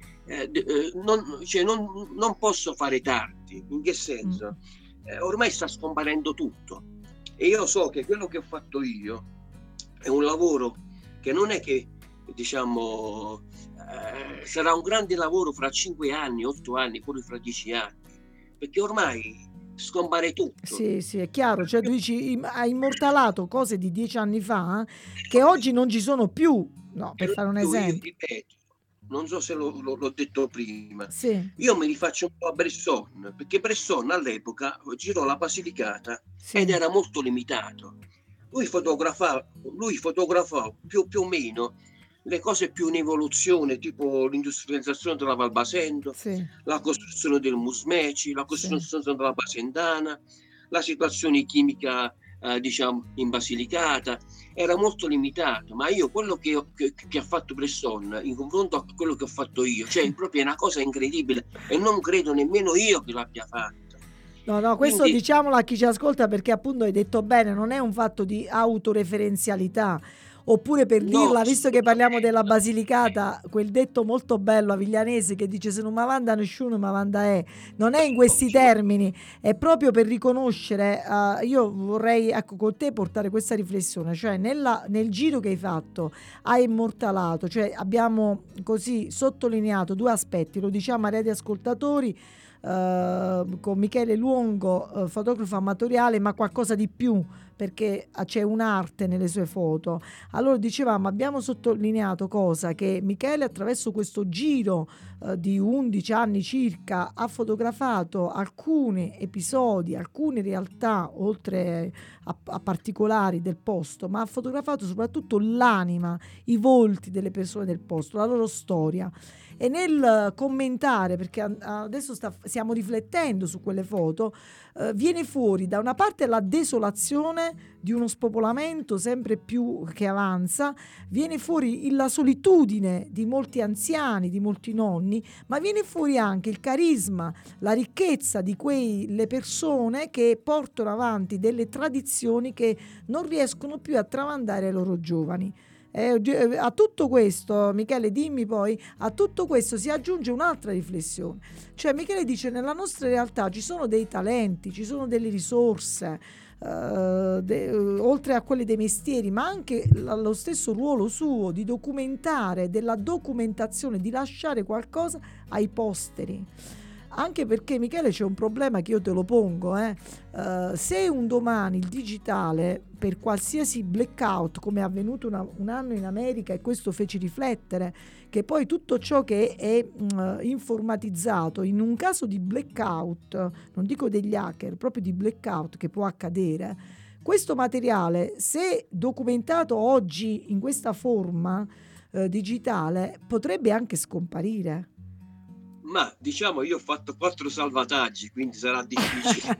non posso fare tardi. In che senso? Ormai sta scomparendo tutto e io so che quello che ho fatto io è un lavoro che non è che, diciamo, sarà un grande lavoro fra 5 anni, 8 anni, pure fra 10 anni, perché ormai scompare tutto. Sì, sì, è chiaro, cioè tu dici hai immortalato cose di 10 anni fa che oggi non ci sono più, no, per fare un Io esempio. ripeto, non so se l'ho detto prima, Sì, io mi rifaccio un po' a Bresson, perché Bresson all'epoca girò la Basilicata ed sì, era molto limitato. Lui fotografò più o meno le cose più in evoluzione, tipo l'industrializzazione della Valbasento, sì, la costruzione del Musmeci, la sì. costruzione della Basendana, la situazione chimica, diciamo, in Basilicata. Era molto limitato, ma io quello che ha fatto Bresson in confronto a quello che ho fatto io, cioè proprio è una cosa incredibile e non credo nemmeno io che l'abbia fatta. No, no, questo Quindi diciamolo a chi ci ascolta perché appunto hai detto bene, non è un fatto di autoreferenzialità. Oppure per no, dirla, visto che parliamo della assolutamente. Basilicata, quel detto molto bello aviglianese che dice se non mi vanda nessuno, ma vanda è. Non è in questi termini, è proprio per riconoscere, io vorrei ecco, con te portare questa riflessione, cioè nel giro che hai fatto, hai immortalato, cioè abbiamo così sottolineato due aspetti, lo diciamo ai radioascoltatori, con Michele Luongo, fotografo amatoriale, ma qualcosa di più perché c'è un'arte nelle sue foto. Allora dicevamo, abbiamo sottolineato cosa? Che Michele attraverso questo giro di 11 anni circa ha fotografato alcuni episodi, alcune realtà oltre a particolari del posto, ma ha fotografato soprattutto l'anima, i volti delle persone del posto, la loro storia. E nel commentare, perché adesso stiamo riflettendo su quelle foto, viene fuori da una parte la desolazione di uno spopolamento sempre più che avanza, viene fuori la solitudine di molti anziani, di molti nonni, ma viene fuori anche il carisma, la ricchezza di quelle persone che portano avanti delle tradizioni che non riescono più a tramandare ai loro giovani. A tutto questo, Michele, dimmi poi, a tutto questo si aggiunge un'altra riflessione. Cioè, Michele dice, nella nostra realtà ci sono dei talenti, ci sono delle risorse, oltre a quelle dei mestieri, ma anche lo stesso ruolo suo di documentare, della documentazione, di lasciare qualcosa ai posteri. Anche perché, Michele, c'è un problema che io te lo pongo, se un domani il digitale, per qualsiasi blackout, come è avvenuto un anno in America, e questo fece riflettere, che poi tutto ciò che è informatizzato, in un caso di blackout, non dico degli hacker, proprio di blackout che può accadere, questo materiale, se documentato oggi in questa forma digitale, potrebbe anche scomparire. Ma diciamo io ho fatto 4 salvataggi, quindi sarà difficile.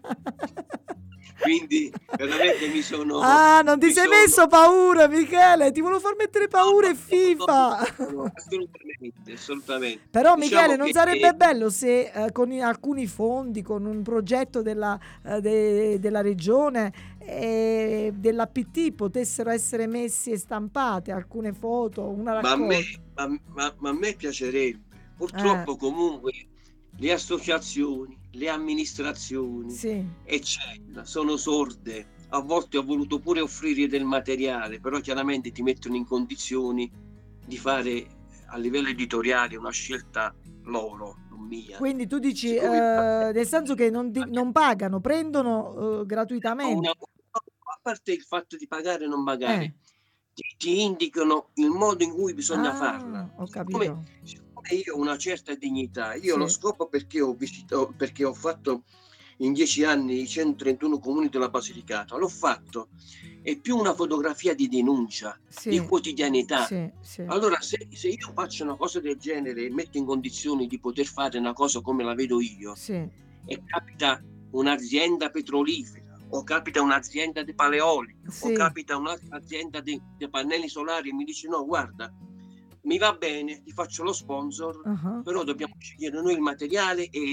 Quindi veramente mi sono Non ti sei messo paura, Michele, ti volevo far mettere paura e FIFA. no, assolutamente. Però Diciamo Michele, non che sarebbe bello se con alcuni fondi, con un progetto della regione e dell'APT potessero essere messi e stampate alcune foto, una ma raccolta. a me piacerebbe. Purtroppo comunque le associazioni, le amministrazioni, Sì. eccetera, sono sorde. A volte ho voluto pure offrire del materiale, però chiaramente ti mettono in condizioni di fare a livello editoriale una scelta loro, non mia. Quindi tu dici, Siccome nel senso che non pagano, prendono gratuitamente. a parte il fatto di pagare o non Eh. pagare, ti indicano il modo in cui bisogna farla. Ho Siccome capito. io ho una certa dignità, io lo Sì, scopo perché perché ho fatto in 10 anni i 131 comuni della Basilicata, l'ho fatto, è più una fotografia di denuncia, di sì, quotidianità. sì, sì, Allora, se io faccio una cosa del genere e metto in condizioni di poter fare una cosa come la vedo io, sì, e capita un'azienda petrolifera, o capita un'azienda di paleolica, o sì. capita un'altra azienda di pannelli solari e mi dice no, guarda, mi va bene, ti faccio lo sponsor, Ah-ah. però dobbiamo scegliere noi il materiale e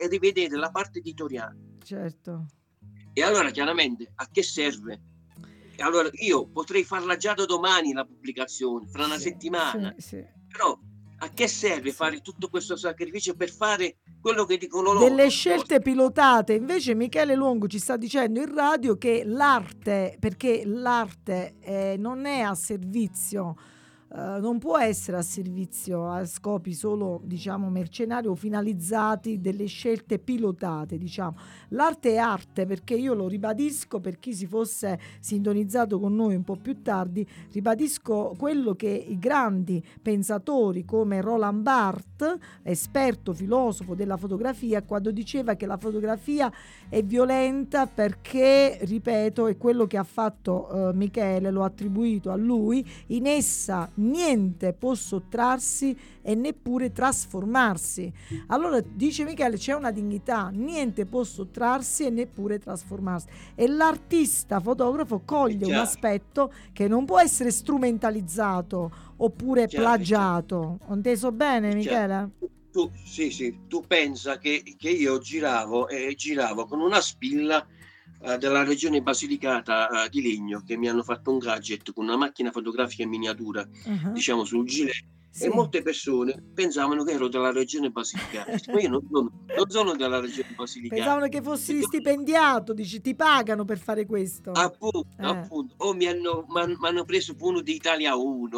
rivedere la parte editoriale. Certo. E allora chiaramente a che serve Allora io potrei farla già da domani la pubblicazione, fra una settimana, però a che serve fare tutto questo sacrificio per fare quello che dicono loro? Delle scelte pilotate. Invece Michele Longo ci sta dicendo in radio che l'arte, perché l'arte non è a servizio, non può essere a servizio a scopi solo, diciamo, mercenari o finalizzati, delle scelte pilotate, diciamo. L'arte è arte, perché io lo ribadisco per chi si fosse sintonizzato con noi un po' più tardi, ribadisco quello che i grandi pensatori come Roland Barthes, esperto filosofo della fotografia, quando diceva che la fotografia è violenta perché, ripeto, è quello che ha fatto Michele, l'ho attribuito a lui, in essa niente può sottrarsi e neppure trasformarsi. Allora dice Michele, c'è una dignità, niente può sottrarsi e neppure trasformarsi, e l'artista fotografo coglie un aspetto che non può essere strumentalizzato oppure plagiato. Ho inteso bene, Michele? Tu pensa che io giravo con una spilla della regione Basilicata di legno, che mi hanno fatto un gadget con una macchina fotografica in miniatura, diciamo sul gilet, e molte persone pensavano che ero della regione Basilicata. Ma io non sono della regione Basilicata. Pensavano che fossi stipendiato, dici, ti pagano per fare questo. Appunto. O mi hanno preso per uno di Italia 1,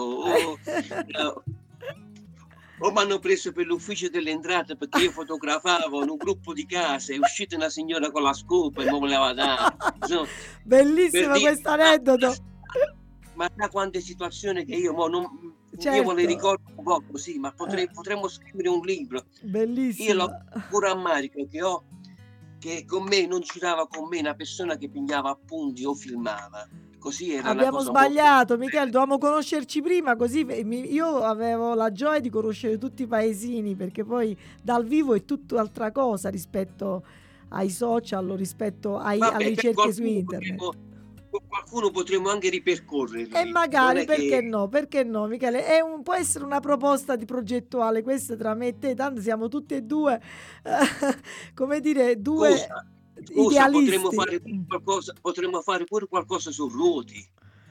o mi hanno preso per l'ufficio delle entrate perché io fotografavo in un gruppo di case, è uscita una signora con la scopa e mi voleva dare. Bellissimo questo aneddoto. Ma da quante situazioni che io certo. Io me le ricordo un po' così, ma potremmo scrivere un libro. Bellissimo. Io l'ho pure rammarico che con me non girava con me una persona che pigliava appunti o filmava. Così era. Abbiamo sbagliato, Michele, dovevamo conoscerci prima, così io avevo la gioia di conoscere tutti i paesini, perché poi dal vivo è tutt'altra cosa rispetto ai social o rispetto alle ricerche su internet. Qualcuno potremmo anche ripercorrere. E magari, perché no, Michele? Può essere una proposta di progettuale questa tra me e te, tanto siamo tutti e due, come dire, due... idealisti. Potremmo fare pure qualcosa su ruoti.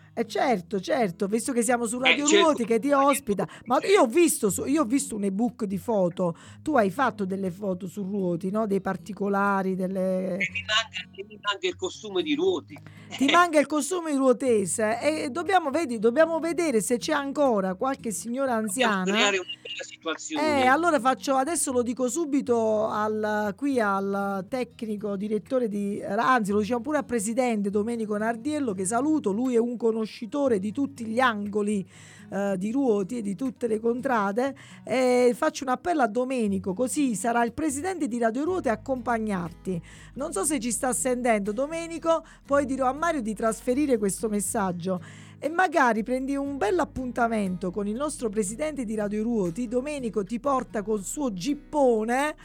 Certo, visto che siamo su Radio Ruoti, che ti ospita. Ma io ho visto un ebook di foto. Tu hai fatto delle foto su ruoti, no? Dei particolari, delle... Mi manca il costume di ruoti. Ti manca il costume di ruotese e dobbiamo vedere se c'è ancora qualche signora anziana. Creare una bella situazione. Allora adesso lo dico subito qui al tecnico direttore anzi lo diciamo pure al presidente Domenico Nardiello, che saluto. Lui è un conoscitore di tutti gli angoli di Ruoti e di tutte le contrade. Faccio un appello a Domenico, così sarà il presidente di Radio Ruoti a accompagnarti. Non so se ci sta sentendo Domenico, poi dirò a Mario di trasferire questo messaggio e magari prendi un bel appuntamento con il nostro presidente di Radio Ruoti. Domenico ti porta col suo gippone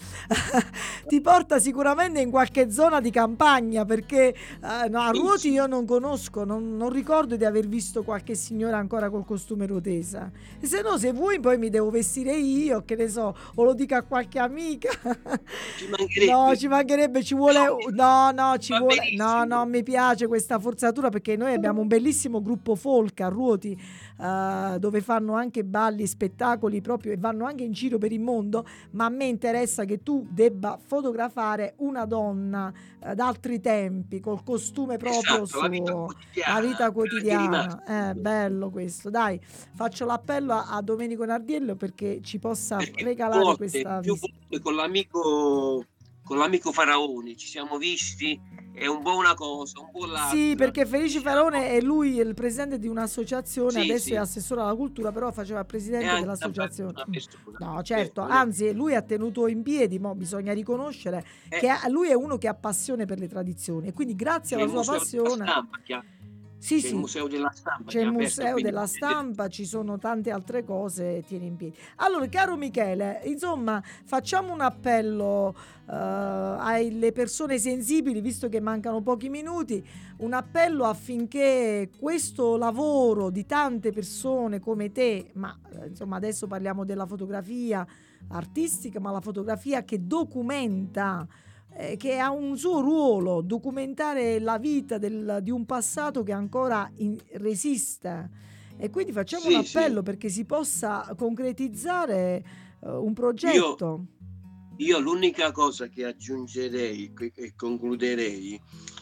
ti porta sicuramente in qualche zona di campagna, perché a Ruoti io non conosco, non ricordo di aver visto qualche signora ancora col costume ruotese, e se no, se vuoi poi mi devo vestire io, che ne so, o lo dico a qualche amica. Ci mancherebbe, ci vuole no, mi piace questa forzatura, perché noi abbiamo un bellissimo gruppo folk a Ruoti, dove fanno anche balli, spettacoli proprio, e vanno anche in giro per il mondo, ma a me interessa che tu debba fotografare una donna d'altri tempi col costume proprio suo, la vita quotidiana. Bello questo, dai, faccio l'appello a Domenico Nardiello perché ci possa regalare questa visita. Con l'amico Faraoni ci siamo visti, è un po' una cosa, un po' l'altra. Sì, perché Felice Faraone è lui il presidente di un'associazione, adesso è assessore alla cultura, però faceva il presidente dell'associazione. No, certo, anzi lui ha tenuto in piedi, ma bisogna riconoscere che lui è uno che ha passione per le tradizioni, e quindi grazie alla sua passione... C'è il museo della stampa, c'è il museo della stampa, ci sono tante altre cose, tieni in piedi. Allora, caro Michele, insomma, facciamo un appello alle persone sensibili, visto che mancano pochi minuti, un appello affinché questo lavoro di tante persone come te, ma insomma adesso parliamo della fotografia artistica, ma la fotografia che documenta che ha un suo ruolo, documentare la vita di un passato che ancora resiste. E quindi facciamo un Sì, sì. appello perché si possa concretizzare un Io, progetto. io l'unica cosa che aggiungerei e concluderei,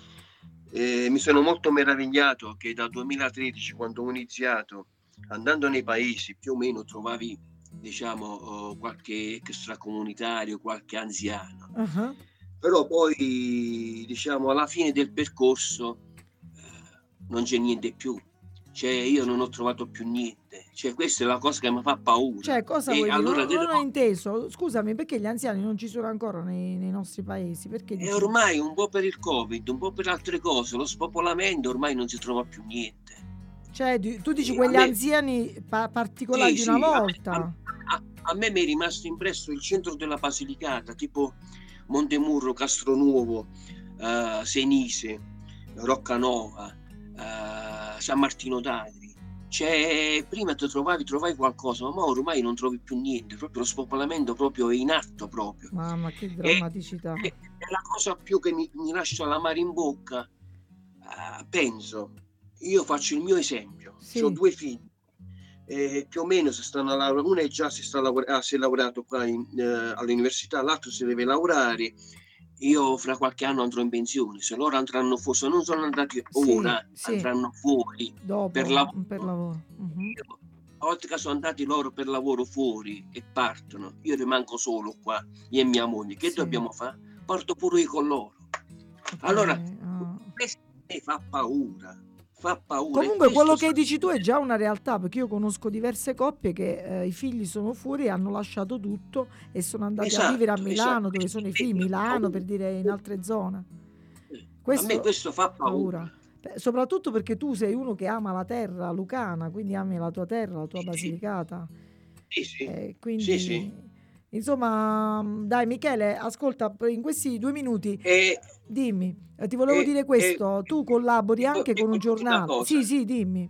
mi sono molto meravigliato che dal 2013, quando ho iniziato, andando nei paesi, più o meno trovavi, diciamo, qualche extracomunitario, qualche anziano. Ah, Però poi, diciamo, alla fine del percorso non c'è niente più. Cioè, io non ho trovato più niente. Cioè, questa è la cosa che mi fa paura. cioè, cosa E vuoi dire? allora Non ho inteso. Scusami, perché gli anziani non ci sono ancora nei nostri paesi? Perché e dici? ormai un po' per il Covid, un po' per altre cose, lo spopolamento ormai non si trova più niente. Cioè, tu dici E a quegli me, anziani particolari di una sì, volta? a me mi è rimasto impresso il centro della Basilicata, tipo Montemurro, Castronuovo, Senise, Roccanova, San Martino d'Agri. Cioè, prima trovavi qualcosa, ma ormai non trovi più niente, proprio lo spopolamento proprio è in atto proprio. Mamma, che E, drammaticità. e la cosa più che mi lascia l'amaro in bocca, penso, io faccio il mio esempio, ho Sì. 2 figli, più o meno si stanno lavorando, uno è già si è laureato qua all'università, l'altro si deve lavorare. Io fra qualche anno andrò in pensione, se loro andranno fuori, se non sono andati ora, Sì, andranno fuori dopo, per lavoro. per lavoro. Io, una volta che sono andati loro per lavoro fuori e partono, io rimango solo qua, io e mia moglie, che Sì. dobbiamo fare? Porto pure io con loro. Ok, Allora, questo mi fa paura. Comunque E quello questo che dici tu è già una realtà, perché io conosco diverse coppie che i figli sono fuori e hanno lasciato tutto e sono andati a vivere a Milano, dove sono i figli, Milano per dire, in altre zone. A me questo fa paura. Soprattutto perché tu sei uno che ama la terra lucana, quindi ami la tua terra, la tua Basilicata. Sì, sì. Quindi, Sì. insomma, dai Michele, ascolta, in questi 2 minuti, E, dimmi, ti volevo dire questo, tu collabori anche con un dico una giornale. cosa. Sì, dimmi.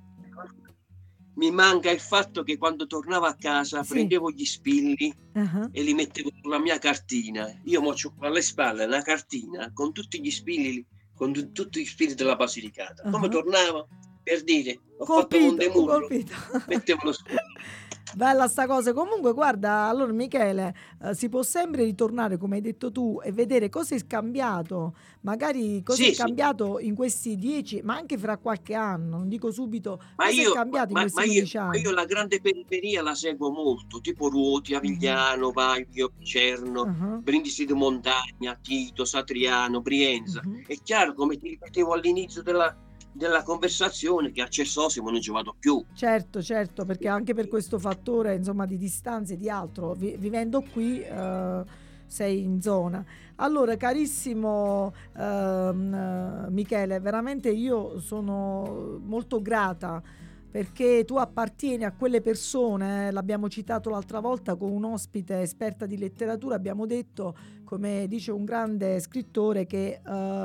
Mi manca il fatto che quando tornavo a casa Sì. prendevo gli spilli Ah, e li mettevo sulla mia cartina. Io mo c'ho alle spalle una cartina con tutti gli spilli, tutti gli spilli della Basilicata. Come tornavo per dire ho fatto Montemurro, mettevo lo spillo. Bella sta cosa. Comunque, guarda, allora Michele, si può sempre ritornare, come hai detto tu, e vedere cosa è cambiato. Magari cosa è Sì, sì. cambiato in questi 10, ma anche fra qualche anno. Non dico subito Ma cosa è io, cambiato in ma, questi ma io, 15 ma anni. io la grande periferia la seguo molto, tipo Ruoti, Avigliano, Vaglio, Picerno, Ah, Brindisi di Montagna, Tito, Satriano, Brienza. È chiaro, come ti ripetevo all'inizio della conversazione, che a Cessosimo non ci vado più. Certo, perché anche per questo fattore, insomma, di distanze e di altro, vivendo qui sei in zona. Allora, carissimo Michele, veramente io sono molto grata perché tu appartieni a quelle persone, l'abbiamo citato l'altra volta con un ospite esperta di letteratura, abbiamo detto, come dice un grande scrittore, che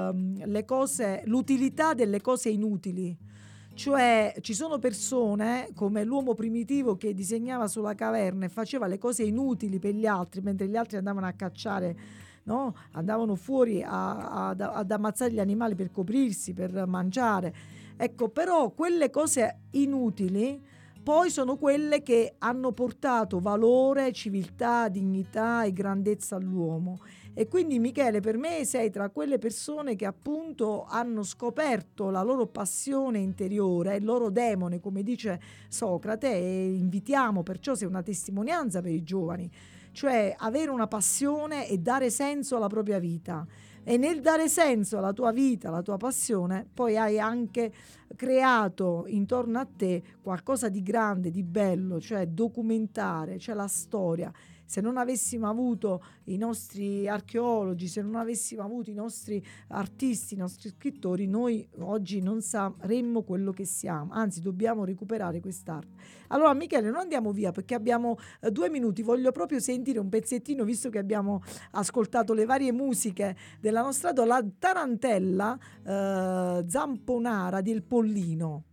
l'utilità delle cose inutili. Cioè ci sono persone come l'uomo primitivo che disegnava sulla caverna e faceva le cose inutili per gli altri mentre gli altri andavano a cacciare, no? Andavano fuori ad ammazzare gli animali per coprirsi, per mangiare. Ecco, però quelle cose inutili poi sono quelle che hanno portato valore, civiltà, dignità e grandezza all'uomo. E quindi Michele, per me sei tra quelle persone che appunto hanno scoperto la loro passione interiore, il loro demone, come dice Socrate, e invitiamo, perciò sei una testimonianza per i giovani, cioè avere una passione e dare senso alla propria vita. E nel dare senso alla tua vita, alla tua passione, poi hai anche creato intorno a te qualcosa di grande, di bello, cioè documentare, cioè la storia. Se non avessimo avuto i nostri archeologi, se non avessimo avuto i nostri artisti, i nostri scrittori, noi oggi non saremmo quello che siamo, anzi dobbiamo recuperare quest'arte. Allora Michele, non andiamo via perché abbiamo 2 minuti, voglio proprio sentire un pezzettino, visto che abbiamo ascoltato le varie musiche della nostra la tarantella zamponara del Pollino.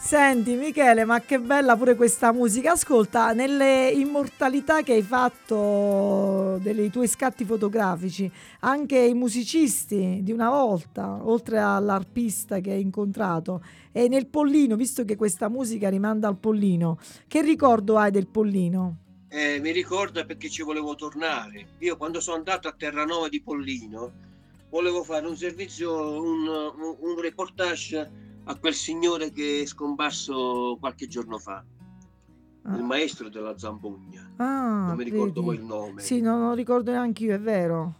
Senti Michele, ma che bella pure questa musica. Ascolta, nelle immortalità che hai fatto dei tuoi scatti fotografici, anche i musicisti di una volta, oltre all'arpista che hai incontrato, e nel Pollino, visto che questa musica rimanda al Pollino, che ricordo hai del Pollino? Mi ricorda perché ci volevo tornare. Io quando sono andato a Terranova di Pollino volevo fare un servizio, un reportage a quel signore che è scomparso qualche giorno fa, il maestro della Zampogna. Non mi ricordo poi il nome. Sì, non lo ricordo neanche io, è vero.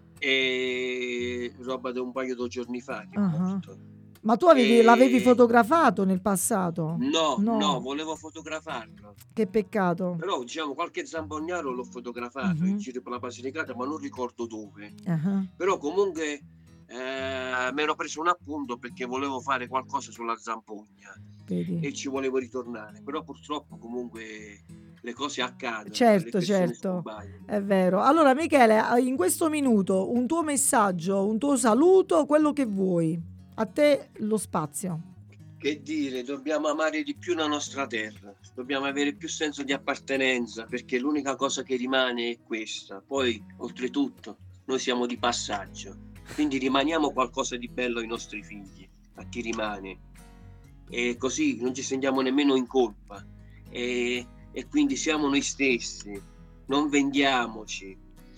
E roba di un paio di giorni fa che è morto. Ma tu l'avevi fotografato nel passato? No, volevo fotografarlo. Che peccato. Però diciamo qualche zampognaro l'ho fotografato in giro per la Basilicata, ma non ricordo dove. Però comunque mi ero preso un appunto perché volevo fare qualcosa sulla Zampogna. Vedi. E ci volevo ritornare, però purtroppo comunque le cose accadono. Certo, è vero. Allora Michele, in questo minuto un tuo messaggio, un tuo saluto, quello che vuoi. A te lo spazio. Che dire, dobbiamo amare di più la nostra terra, dobbiamo avere più senso di appartenenza, perché l'unica cosa che rimane è questa. Poi, oltretutto, noi siamo di passaggio, quindi rimaniamo qualcosa di bello ai nostri figli, a chi rimane. E così non ci sentiamo nemmeno in colpa. E quindi siamo noi stessi, non vendiamoci,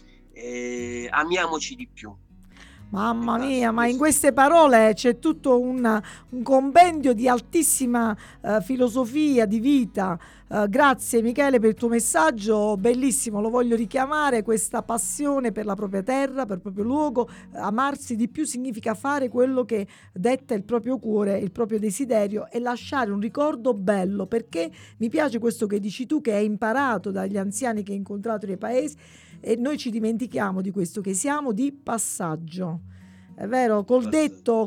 amiamoci di più. Mamma mia, ma in queste parole c'è tutto un compendio di altissima filosofia di vita. Grazie Michele per il tuo messaggio, bellissimo, lo voglio richiamare, questa passione per la propria terra, per il proprio luogo. Amarsi di più significa fare quello che detta il proprio cuore, il proprio desiderio, e lasciare un ricordo bello, perché mi piace questo che dici tu, che hai imparato dagli anziani che hai incontrato nei paesi, e noi ci dimentichiamo di questo, che siamo di passaggio. È vero, col detto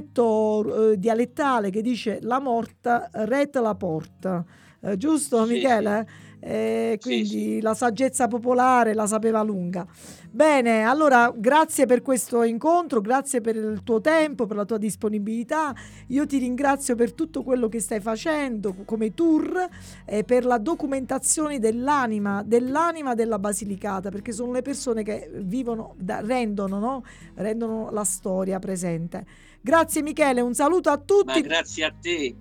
dialettale che dice la morta rete la porta, giusto Michele? Quindi la saggezza popolare la sapeva lunga. Bene, allora grazie per questo incontro, grazie per il tuo tempo, per la tua disponibilità. Io ti ringrazio per tutto quello che stai facendo come tour e per la documentazione dell'anima della Basilicata, perché sono le persone che vivono, rendono la storia presente. Grazie Michele, un saluto a tutti. Ma grazie a te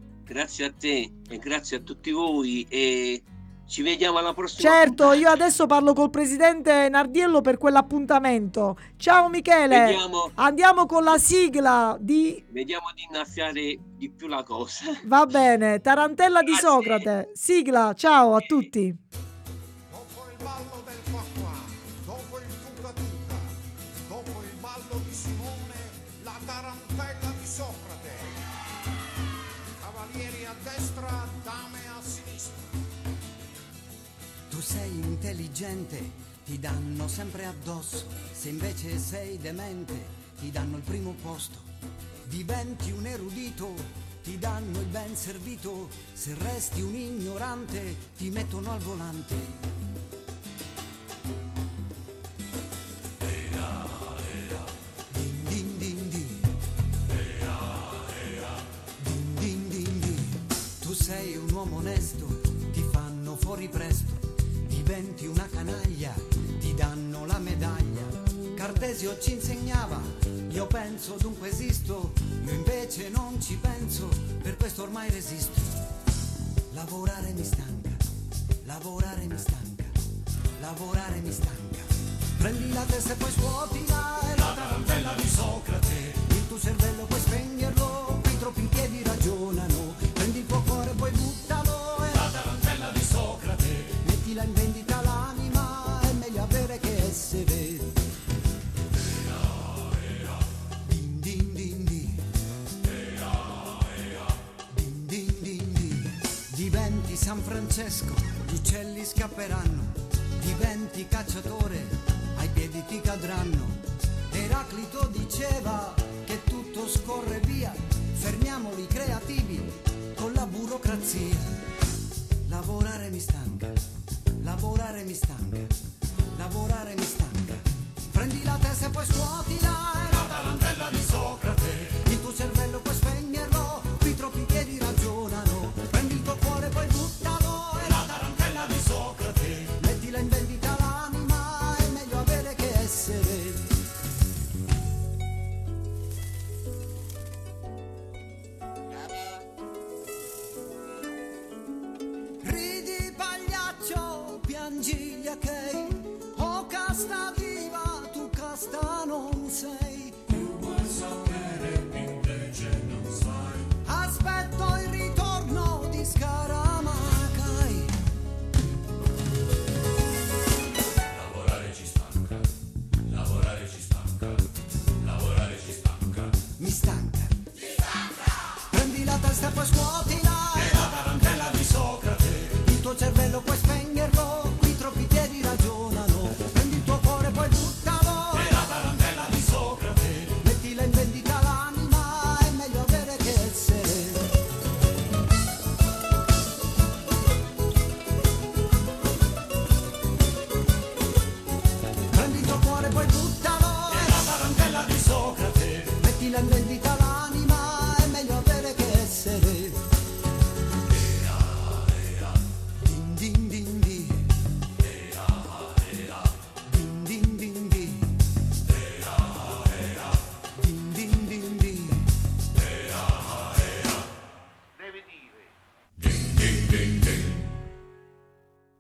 e grazie a tutti voi, e ci vediamo alla prossima. Certo, puntata. io adesso parlo col presidente Nardiello per quell'appuntamento. Ciao Michele, andiamo con la sigla Vediamo di innaffiare di più la cosa. Va bene, Tarantella di Socrate, sigla, ciao a tutti. Dopo il ballo del qua qua, dopo il tuca tuca, dopo il ballo di Simone, la tarantella di Socrate. Cavalieri a destra, dame a sinistra. Tu sei intelligente, ti danno sempre addosso. Se invece sei demente, ti danno il primo posto. Diventi un erudito, ti danno il ben servito. Se resti un ignorante, ti mettono al volante. Din din din din. Din din din din. Tu sei un uomo onesto, ti fanno fuori presto. Diventi una canaglia, ti danno la medaglia. Cartesio ci insegnava, io penso dunque esisto. Io invece non ci penso, per questo ormai resisto. Lavorare mi stanca, lavorare mi stanca, lavorare mi stanca. Prendi la testa e poi scuotila, è la tarantella di Socrate. Il tuo cervello puoi spegnerlo, qui troppi in piedi ragionano. Prendi il tuo cuore e poi buttalo, è la tarantella di Socrate. Mettila in vendita l'anima, è meglio avere che essere. Din din din din. Din din din din. Diventi San Francesco, gli uccelli scapperanno. Diventi cacciatore, ai piedi ti cadranno. Eraclito diceva che tutto scorre via, fermiamoli creativi con la burocrazia. Lavorare mi stanca, lavorare mi stanca, lavorare mi stanca. Prendi la testa e poi scuotila, è la tarantella di Socrate. Il tuo cervello puoi spegnerlo, qui troppi piedi ragionano. festa a Pasqua